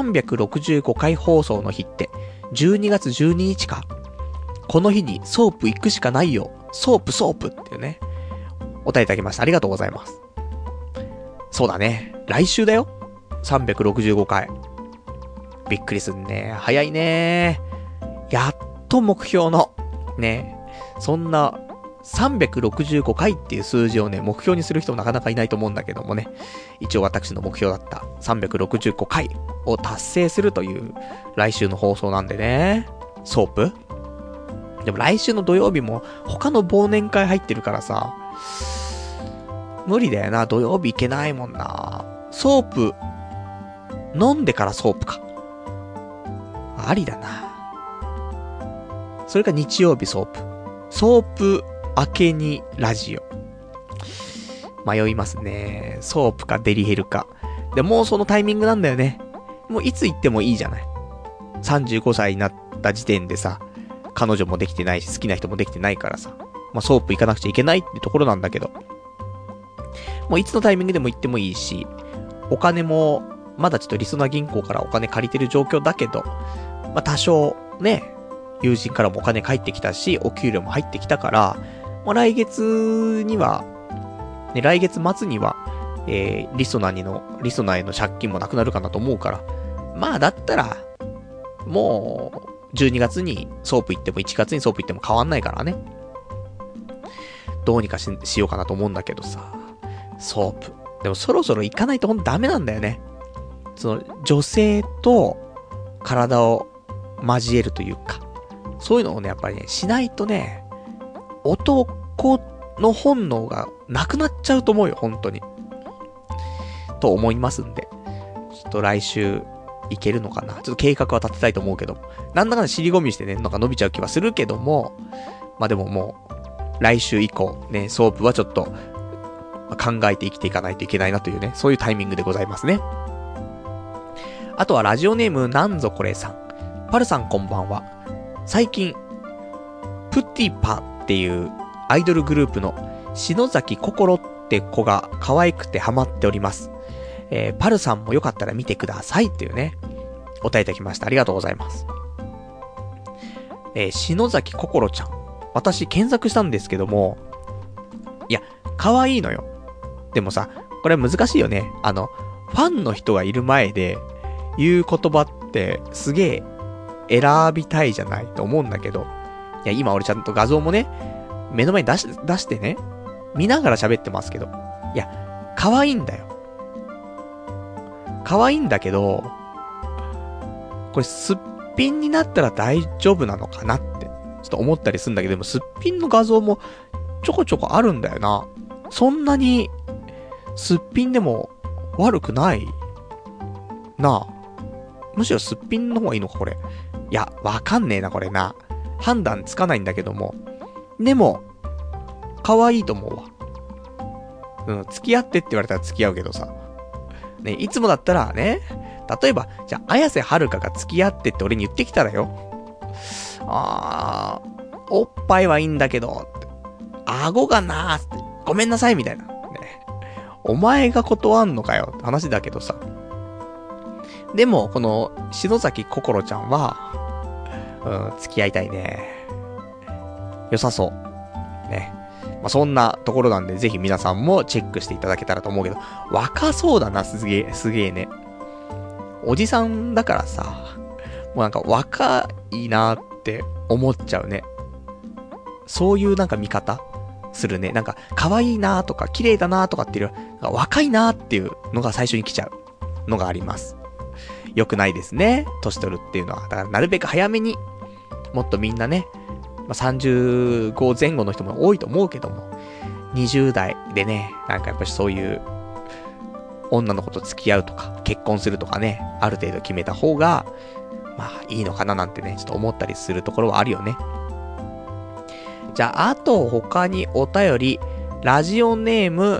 365回放送の日って12月12日か。この日にソープ行くしかないよ。ソープっていうね。お便りいただきました。ありがとうございます。そうだね。来週だよ。365回。びっくりすんね。早いね。やっと目標の、ね。そんな、365回っていう数字をね、目標にする人もなかなかいないと思うんだけどもね。一応私の目標だった365回を達成するという来週の放送なんでね。ソープ？でも来週の土曜日も他の忘年会入ってるからさ、無理だよな。土曜日行けないもんな。ソープ、飲んでからソープか。ありだな。それか日曜日ソープ。ソープ明けにラジオ。迷いますね。ソープかデリヘルか。でもうそのタイミングなんだよね。もういつ行ってもいいじゃない。35歳になった時点でさ、彼女もできてないし、好きな人もできてないからさ。まあソープ行かなくちゃいけないってところなんだけど。もういつのタイミングでも行ってもいいし、お金も、まだちょっとりそな銀行からお金借りてる状況だけど、まあ多少ね、友人からもお金返ってきたし、お給料も入ってきたから、もう来月には、ね、来月末には、リソナへの借金もなくなるかなと思うから、まあだったら、もう、12月にソープ行っても1月にソープ行っても変わんないからね。どうにか しようかなと思うんだけどさ、ソープ。でもそろそろ行かないとほんとダメなんだよね。その、女性と体を交えるというか、そういうのをね、やっぱりね、しないとね、男の本能がなくなっちゃうと思うよ、本当に。と思いますんで。ちょっと来週、いけるのかな。ちょっと計画は立てたいと思うけど。なんだかんだ尻込みしてね、なんか伸びちゃう気はするけども、まあでももう、来週以降、ね、ソープはちょっと、考えて生きていかないといけないなというね、そういうタイミングでございますね。あとはラジオネームなんぞこれさん。パルさんこんばんは。最近、プッティパっていうアイドルグループの篠崎心っって子が可愛くてハマっております。パルさんもよかったら見てくださいっていうね、お答えいただきました。ありがとうございます。篠崎心ちゃん。私検索したんですけども、いや、可愛いのよ。でもさ、これは難しいよね。ファンの人がいる前で言う言葉ってすげえ選びたいじゃないと思うんだけど、いや、今俺ちゃんと画像もね、目の前に出してね、見ながら喋ってますけど、いや、可愛いんだよ。可愛いんだけど、これすっぴんになったら大丈夫なのかなって、ちょっと思ったりするんだけど、でもすっぴんの画像もちょこちょこあるんだよな。そんなに、すっぴんでも悪くないなあ。むしろすっぴんの方がいいのか、これ。いや、わかんねえな、これな。判断つかないんだけども。でも、可愛いと思うわ。付き合ってって言われたら付き合うけどさ。ね、いつもだったらね、例えば、じゃあ、綾瀬はるかが付き合ってって俺に言ってきたらよ。おっぱいはいいんだけど、顎がなーって、ごめんなさいみたいな。ね、お前が断んのかよって話だけどさ。でも、この、篠崎心ちゃんは、付き合いたいね。良さそう。ね。まあ、そんなところなんで、ぜひ皆さんもチェックしていただけたらと思うけど、若そうだな、すげえね。おじさんだからさ、もうなんか若いなって思っちゃうね。そういうなんか見方するね。なんか可愛いなとか綺麗だなとかっていうよりは、なんか若いなっていうのが最初に来ちゃうのがあります。良くないですね。年取るっていうのは。だからなるべく早めに、もっとみんなね、まあ、35前後の人も多いと思うけども、20代でね、なんかやっぱりそういう女の子と付き合うとか、結婚するとかね、ある程度決めた方が、まあいいのかななんてね、ちょっと思ったりするところはあるよね。じゃあ、あと他にお便り、ラジオネーム、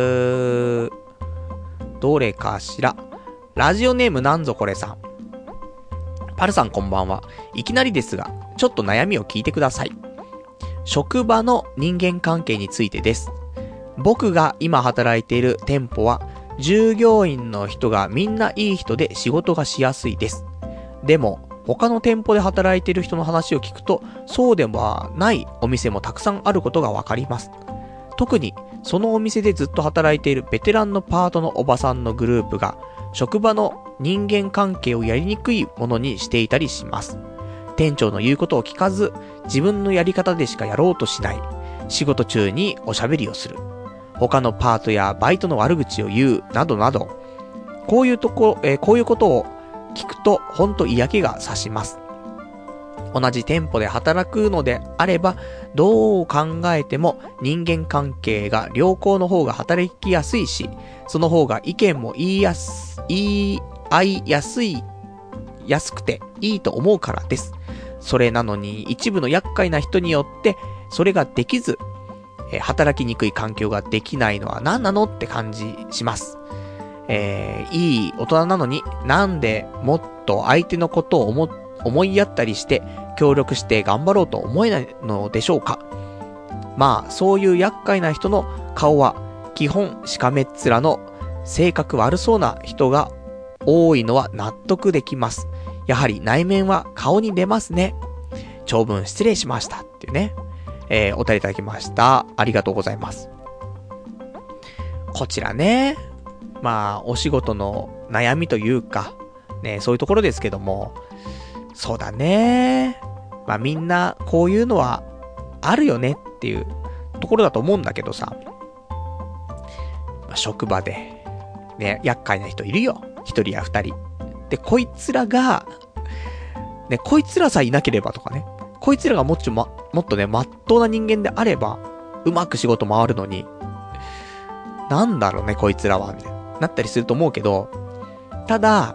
どれかしら。ラジオネームなんぞこれさん。パルさんこんばんは。いきなりですが、ちょっと悩みを聞いてください。職場の人間関係についてです。僕が今働いている店舗は、従業員の人がみんないい人で仕事がしやすいです。でも、他の店舗で働いている人の話を聞くと、そうではないお店もたくさんあることがわかります。特に、そのお店でずっと働いているベテランのパートのおばさんのグループが、職場の人間関係をやりにくいものにしていたりします。店長の言うことを聞かず、自分のやり方でしかやろうとしない。仕事中におしゃべりをする。他のパートやバイトの悪口を言う、などなど、こういうことを聞くと、ほんと嫌気がさします。同じ店舗で働くのであれば、どう考えても人間関係が良好の方が働きやすいし、その方が意見も言い合いやすくていいと思うからです。それなのに一部の厄介な人によってそれができず、働きにくい環境ができないのは何なのって感じします。いい大人なのになんでもっと相手のことを思いやったりして協力して頑張ろうと思えないのでしょうか。まあそういう厄介な人の顔は基本しかめっ面の性格悪そうな人が多いのは納得できます。やはり内面は顔に出ますね。長文失礼しましたっていうね、お便りいただきました。ありがとうございます。こちらね、まあお仕事の悩みというかね、そういうところですけども、そうだね、まあみんなこういうのはあるよねっていうところだと思うんだけどさ、まあ、職場でね、厄介な人いるよ。一人や二人。で、こいつらが、ね、こいつらさえいなければとかね、こいつらがもっとね、まっとうな人間であれば、うまく仕事回るのに、なんだろうね、こいつらは、みたいな、なったりすると思うけど、ただ、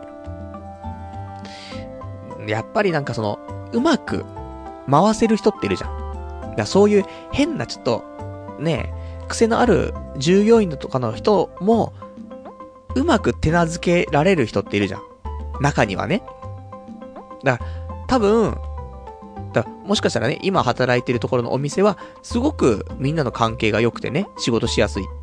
やっぱりなんかうまく回せる人っているじゃん。だからそういう変なちょっと、ね、癖のある従業員とかの人も、うまく手なずけられる人っているじゃん。中にはね。だから、多分、もしかしたらね、今働いてるところのお店は、すごくみんなの関係が良くてね、仕事しやすい。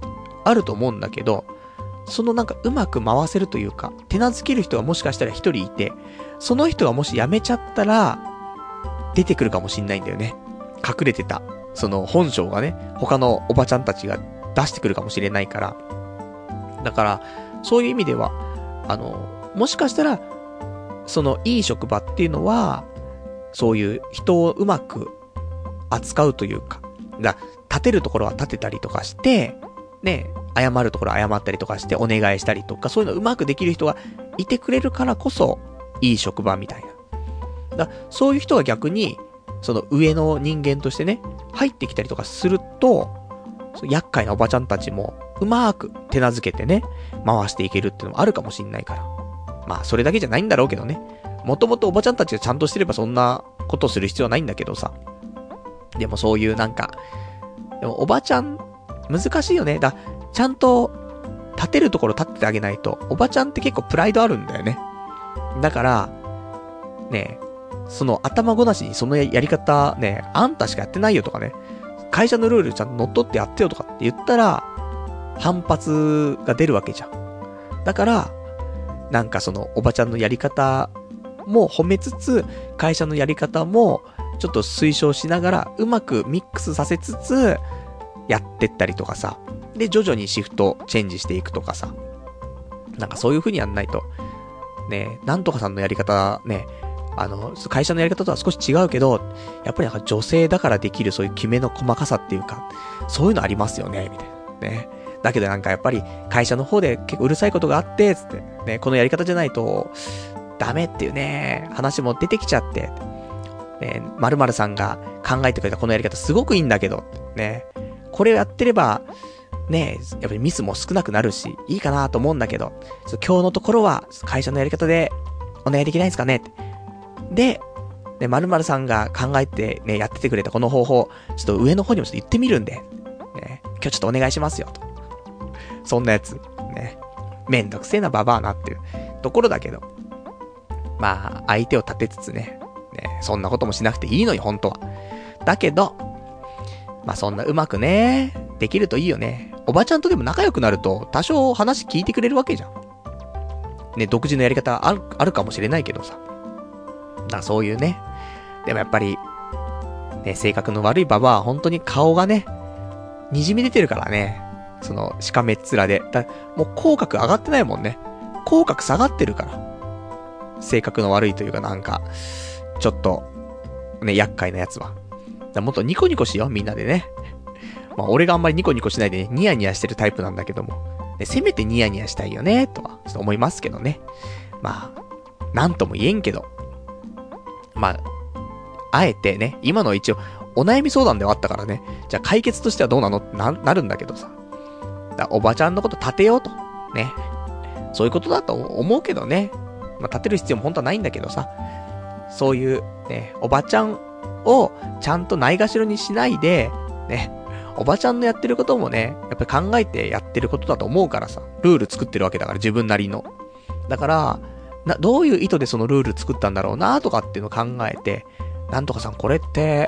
あると思うんだけど、そのなんかうまく回せるというか、手なずける人がもしかしたら一人いて、その人がもし辞めちゃったら、出てくるかもしんないんだよね。隠れてた、その本性がね、他のおばちゃんたちが出してくるかもしれないから。だから、そういう意味では、もしかしたら、そのいい職場っていうのは、そういう人をうまく扱うというか、立てるところは立てたりとかして、ね、謝るところは謝ったりとかしてお願いしたりとか、そういうのうまくできる人がいてくれるからこそ、いい職場みたいな。そういう人が逆に、その上の人間としてね、入ってきたりとかすると、厄介なおばちゃんたちも、うまく手なずけてね、回していけるっていうのもあるかもしんないから。まあ、それだけじゃないんだろうけどね。もともとおばちゃんたちがちゃんとしてればそんなことする必要はないんだけどさ。でもそういうなんか、でもおばちゃん、難しいよね。ちゃんと、立てるところ立っててあげないと、おばちゃんって結構プライドあるんだよね。だから、ねえ、その頭ごなしにそのやり方、ねえ、あんたしかやってないよとかね、会社のルールちゃんと乗っ取ってやってよとかって言ったら、反発が出るわけじゃん。だから、なんかそのおばちゃんのやり方も褒めつつ、会社のやり方もちょっと推奨しながら、うまくミックスさせつつ、やってったりとかさ。で、徐々にシフトチェンジしていくとかさ。なんかそういう風にやんないと。ね、なんとかさんのやり方、ね、会社のやり方とは少し違うけど、やっぱりなんか女性だからできるそういう決めの細かさっていうか、そういうのありますよね、みたいな。ね。だけどなんかやっぱり会社の方で結構うるさいことがあって、つって、ね、このやり方じゃないと、ダメっていうね、話も出てきちゃって、ね、〇〇さんが考えてくれたこのやり方すごくいいんだけど、ね、これをやってれば、ね、やっぱりミスも少なくなるし、いいかなと思うんだけど、今日のところは会社のやり方でお願いできないですかねで、〇〇さんが考えてね、やっててくれたこの方法、ちょっと上の方にもちょっと言ってみるんで、ね、今日ちょっとお願いしますよ、と。そんなやつ、ね、めんどくせえなババアなっていうところだけど、まあ、相手を立てつつね、そんなこともしなくていいのよ、本当は。だけど、まあそんなうまくね、できるといいよね。おばちゃんとでも仲良くなると、多少話聞いてくれるわけじゃん。ね、独自のやり方あるかもしれないけどさ。そういうね。でもやっぱり、ね、性格の悪いババアは本当に顔がね、滲み出てるからね。その、しかめっ面で。もう口角上がってないもんね。口角下がってるから。性格の悪いというかなんか、ちょっと、ね、厄介なやつは。もっとニコニコしよう、みんなでね。まあ、俺があんまりニコニコしないでね、ニヤニヤしてるタイプなんだけども。ね、せめてニヤニヤしたいよね、とは、ちょっと思いますけどね。まあ、なんとも言えんけど。まあ、あえてね、今の一応、お悩み相談ではあったからね。じゃあ解決としてはどうなのってなるんだけどさ。おばちゃんのこと立てようと。ね。そういうことだと思うけどね。まあ、立てる必要も本当はないんだけどさ。そういう、ね、おばちゃんをちゃんとないがしろにしないで、ね、おばちゃんのやってることもね、やっぱり考えてやってることだと思うからさ。ルール作ってるわけだから、自分なりの。だから、どういう意図でそのルール作ったんだろうなとかっていうのを考えて、なんとかさんこれって、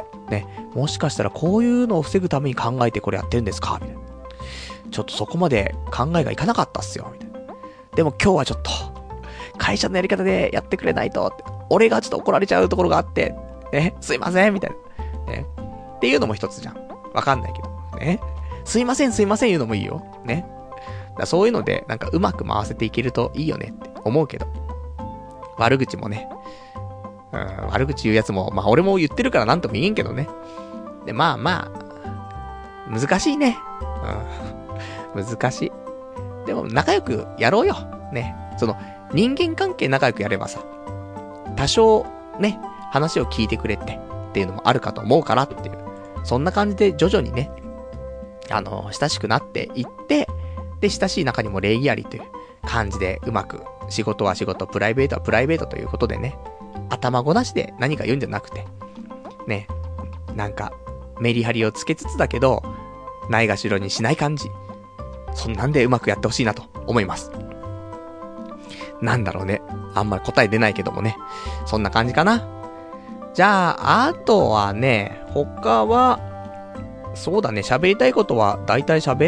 ね、もしかしたらこういうのを防ぐために考えてこれやってるんですかみたいな。ちょっとそこまで考えがいかなかったっすよ。みたいな。でも今日はちょっと、会社のやり方でやってくれないとって、俺がちょっと怒られちゃうところがあって、ね、すいません、みたいな。ね。っていうのも一つじゃん。わかんないけど。ね。すいません言うのもいいよ。ね。そういうので、なんかうまく回せていけるといいよねって思うけど。悪口もね。悪口言うやつも、まあ俺も言ってるからなんとも言えんけどね。で、まあ、難しいね。難しい。でも仲良くやろうよ。ね。その、人間関係仲良くやればさ、多少ね、話を聞いてくれてっていうのもあるかと思うからっていう。そんな感じで徐々にね、親しくなっていって、で、親しい中にも礼儀ありという感じでうまく、仕事は仕事、プライベートはプライベートということでね、頭ごなしで何か言うんじゃなくて、ね、なんか、メリハリをつけつつだけど、ないがしろにしない感じ。そんなんでうまくやってほしいなと思います。なんだろうね。あんまり答え出ないけどもね。そんな感じかな。じゃあ、あとはね、他は、そうだね、喋りたいことは大体喋っ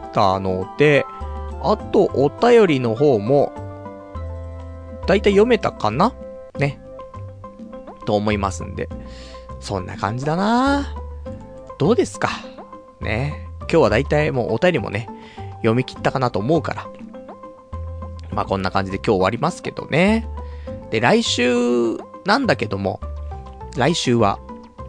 たので、あとお便りの方も、だいたい読めたかなね。と思いますんで。そんな感じだな。どうですかね。今日はだいたいもうお便りもね、読み切ったかなと思うから。まあこんな感じで今日終わりますけどね。で、来週なんだけども、来週は、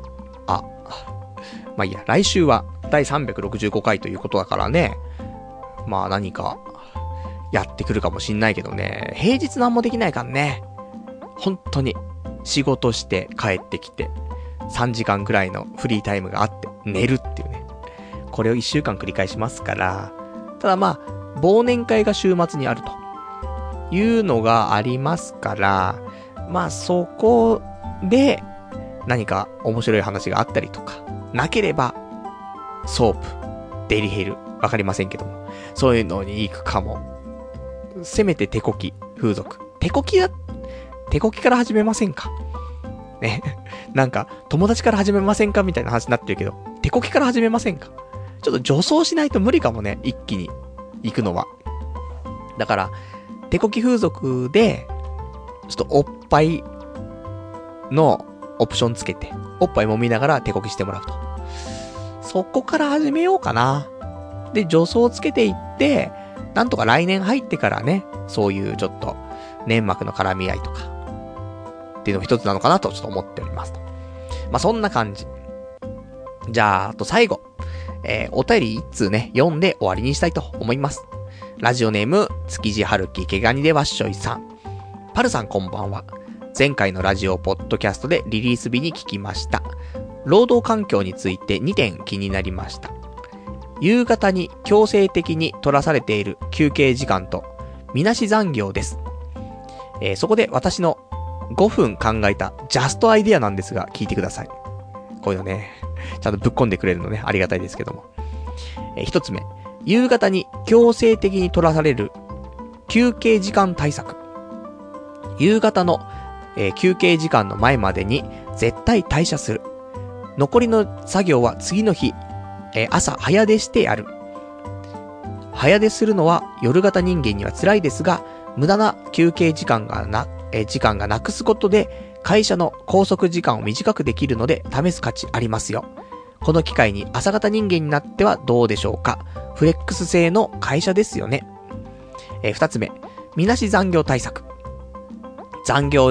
まあいいや、来週は第365回ということだからね。まあ何かやってくるかもしんないけどね。平日なんもできないからね。本当に仕事して帰ってきて3時間くらいのフリータイムがあって寝るっていうね。これを1週間繰り返しますから。ただまあ忘年会が週末にあるというのがありますから、まあそこで何か面白い話があったりとか、なければソープ、デリヘル、わかりませんけども、そういうのに行くかも。せめて手こき風俗。手こきから始めませんかね。なんか友達から始めませんかみたいな話になってるけど、手こきから始めませんか。ちょっと助走しないと無理かもね、一気に行くのは。だから手こき風俗でちょっとおっぱいのオプションつけて、おっぱい揉みながら手こきしてもらうと。そこから始めようかな。で、助走つけていって、なんとか来年入ってからね、そういうちょっと粘膜の絡み合いとかっていうのも一つなのかなとちょっと思っておりますと。まあ、そんな感じ。じゃあ、あと最後、お便り1通ね、読んで終わりにしたいと思います。ラジオネーム、築地春樹毛ガニでわっしょいさん。パルさんこんばんは。前回のラジオポッドキャストでリリース日に聞きました。労働環境について2点気になりました。夕方に強制的に取らされている休憩時間と、みなし残業です。そこで私の5分考えたジャストアイデアなんですが、聞いてください。こういうのね、ちゃんとぶっ込んでくれるのね、ありがたいですけども。一つ目、夕方に強制的に取らされる休憩時間対策。夕方の、休憩時間の前までに絶対退社する。残りの作業は次の日、朝早出してやる。早出するのは夜型人間には辛いですが、無駄な休憩時間がなくすことで会社の拘束時間を短くできるので試す価値ありますよ。この機会に朝型人間になってはどうでしょうか。フレックス制の会社ですよね。二つ目、みなし残業対策。残業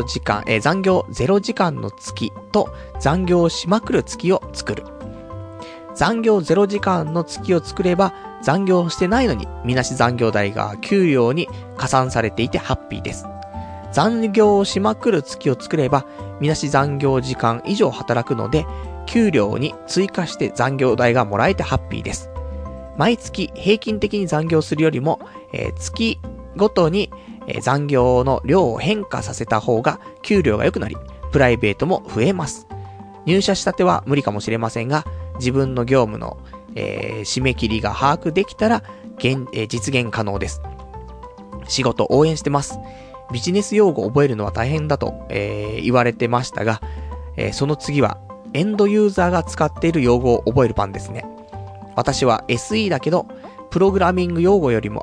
0時間の月と残業をしまくる月を作る。残業0時間の月を作れば残業してないのにみなし残業代が給料に加算されていてハッピーです。残業をしまくる月を作ればみなし残業時間以上働くので給料に追加して残業代がもらえてハッピーです。毎月平均的に残業するよりも、月ごとに残業の量を変化させた方が給料が良くなりプライベートも増えます。入社したては無理かもしれませんが、自分の業務の、締め切りが把握できたら実現可能です。仕事応援してます。ビジネス用語を覚えるのは大変だと、言われてましたが、その次はエンドユーザーが使っている用語を覚える番ですね。私は SE だけどプログラミング言語よりも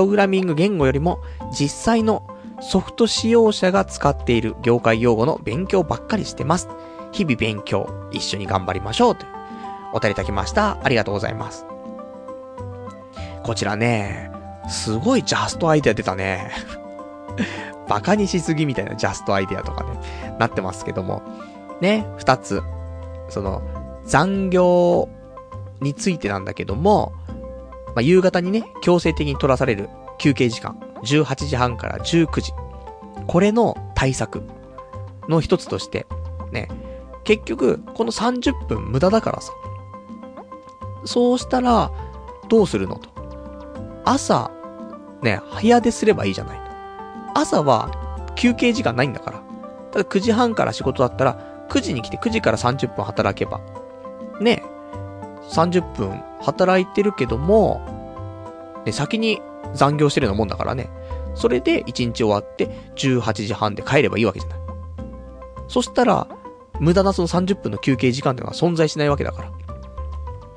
実際のソフト使用者が使っている業界用語の勉強ばっかりしてます。日々勉強、一緒に頑張りましょうというお便りいただきました。ありがとうございます。こちらね、すごいジャストアイデア出たね。バカにしすぎみたいなジャストアイデアとかね、なってますけども。ね、二つ。その、残業についてなんだけども、まあ、夕方にね、強制的に取らされる休憩時間、18時半から19時。これの対策の一つとして、ね、結局、この30分無駄だからさ。そうしたら、どうするのと。朝、ね、早出すればいいじゃないと。朝は休憩時間ないんだから。ただ9時半から仕事だったら、9時に来て9時から30分働けば。ね、30分働いてるけども、ね、先に残業してるようなもんだからね。それで1日終わって18時半で帰ればいいわけじゃない。そしたら、無駄なその30分の休憩時間っていうのは存在しないわけだから。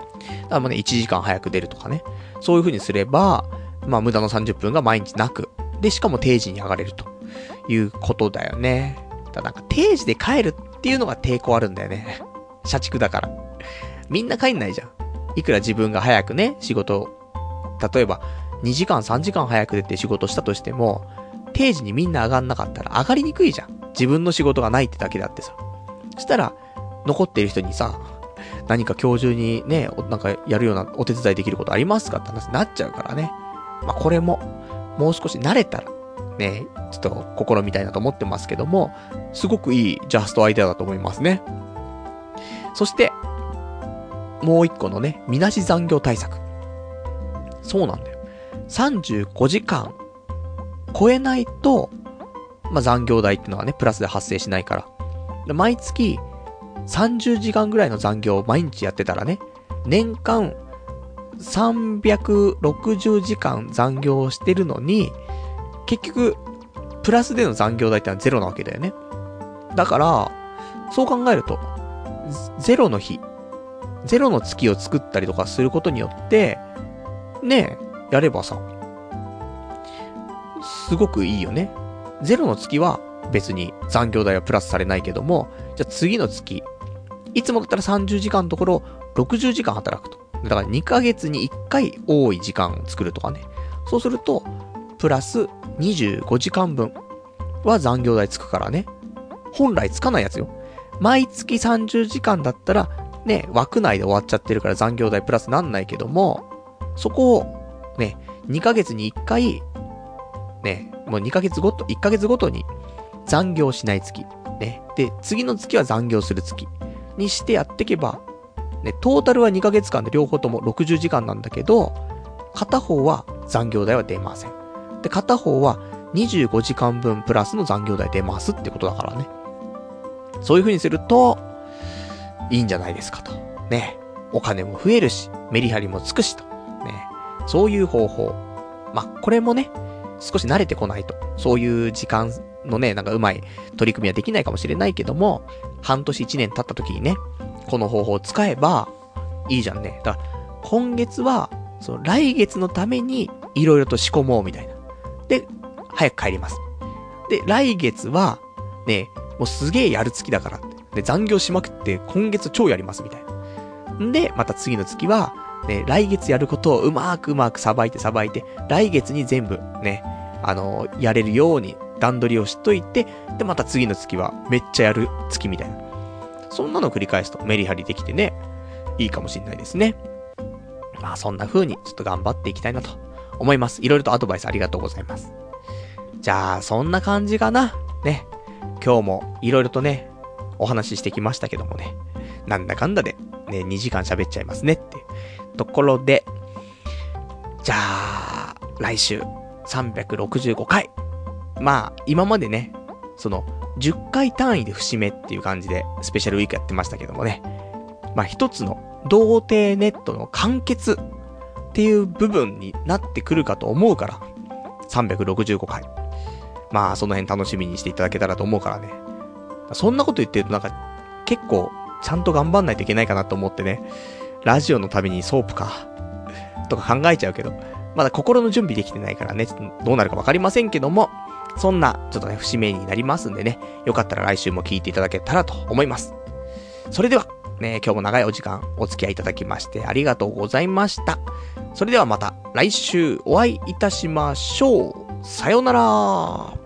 らもうね、1時間早く出るとかね。そういう風にすれば、まあ無駄の30分が毎日なく。で、しかも定時に上がれるということだよね。ただなんか定時で帰るっていうのが抵抗あるんだよね。社畜だから。みんな帰んないじゃん。いくら自分が早くね、仕事、例えば2時間3時間早く出て仕事したとしても、定時にみんな上がんなかったら上がりにくいじゃん。自分の仕事がないってだけだってさ。そしたら、残ってる人にさ、何か今日中にね、なんかやるようなお手伝いできることありますかって話になっちゃうからね。まあこれも、もう少し慣れたら、ね、ちょっと心みたいなと思ってますけども、すごくいいジャストアイデアだと思いますね。そして、もう一個のね、みなし残業対策。そうなんだよ。35時間超えないと、まあ、残業代ってのはね、プラスで発生しないから。で毎月30時間ぐらいの残業を毎日やってたらね、年間360時間残業してるのに、結局、プラスでの残業代ってのはゼロなわけだよね。だから、そう考えると、ゼロの日、ゼロの月を作ったりとかすることによって、ねえ、やればさ、すごくいいよね。ゼロの月は別に残業代はプラスされないけども、じゃあ次の月、いつもだったら30時間のところ60時間働くと。だから2ヶ月に1回多い時間を作るとかね。そうすると、プラス25時間分は残業代つくからね。本来つかないやつよ。毎月30時間だったら、ね、枠内で終わっちゃってるから残業代プラスなんないけども、そこを、ね、2ヶ月に1回、ね、もう2ヶ月ごと、1ヶ月ごとに残業しない月。ね。で、次の月は残業する月にしてやっていけば、ね、トータルは2ヶ月間で両方とも60時間なんだけど、片方は残業代は出ません。で、片方は25時間分プラスの残業代出ますってことだからね。そういう風にすると、いいんじゃないですかと。ね。お金も増えるし、メリハリもつくしと。ね。そういう方法。まあ、これもね、少し慣れてこないと、そういう時間のね、なんかうまい取り組みはできないかもしれないけども、半年1年経った時にね、この方法を使えば、いいじゃんね。だから、今月は、その来月のために、いろいろと仕込もうみたいな。で、早く帰ります。で、来月は、ね、もうすげえやる月だからって。で、残業しまくって、今月超やりますみたいな。んで、また次の月は、ね、来月やることをうまーくさばいて、来月に全部ね、やれるように段取りをしといて、で、また次の月はめっちゃやる月みたいな。そんなのを繰り返すとメリハリできてね、いいかもしれないですね。まあそんな風にちょっと頑張っていきたいなと思います。いろいろとアドバイスありがとうございます。じゃあ、そんな感じかな。ね。今日もいろいろとね、お話ししてきましたけどもね。なんだかんだで、ね、2時間喋っちゃいますねっていうところで、じゃあ、来週、365回。まあ、今までね、その、10回単位で節目っていう感じで、スペシャルウィークやってましたけどもね。まあ、一つの、童貞ネットの完結っていう部分になってくるかと思うから、365回。まあ、その辺楽しみにしていただけたらと思うからね。そんなこと言ってるとなんか、結構、ちゃんと頑張んないといけないかなと思ってね。ラジオのためにソープか。とか考えちゃうけど、まだ心の準備できてないからね、ちょっとどうなるかわかりませんけども、そんな、ちょっとね、節目になりますんでね、よかったら来週も聞いていただけたらと思います。それでは、ね、今日も長いお時間お付き合いいただきましてありがとうございました。それではまた来週お会いいたしましょう。さようなら。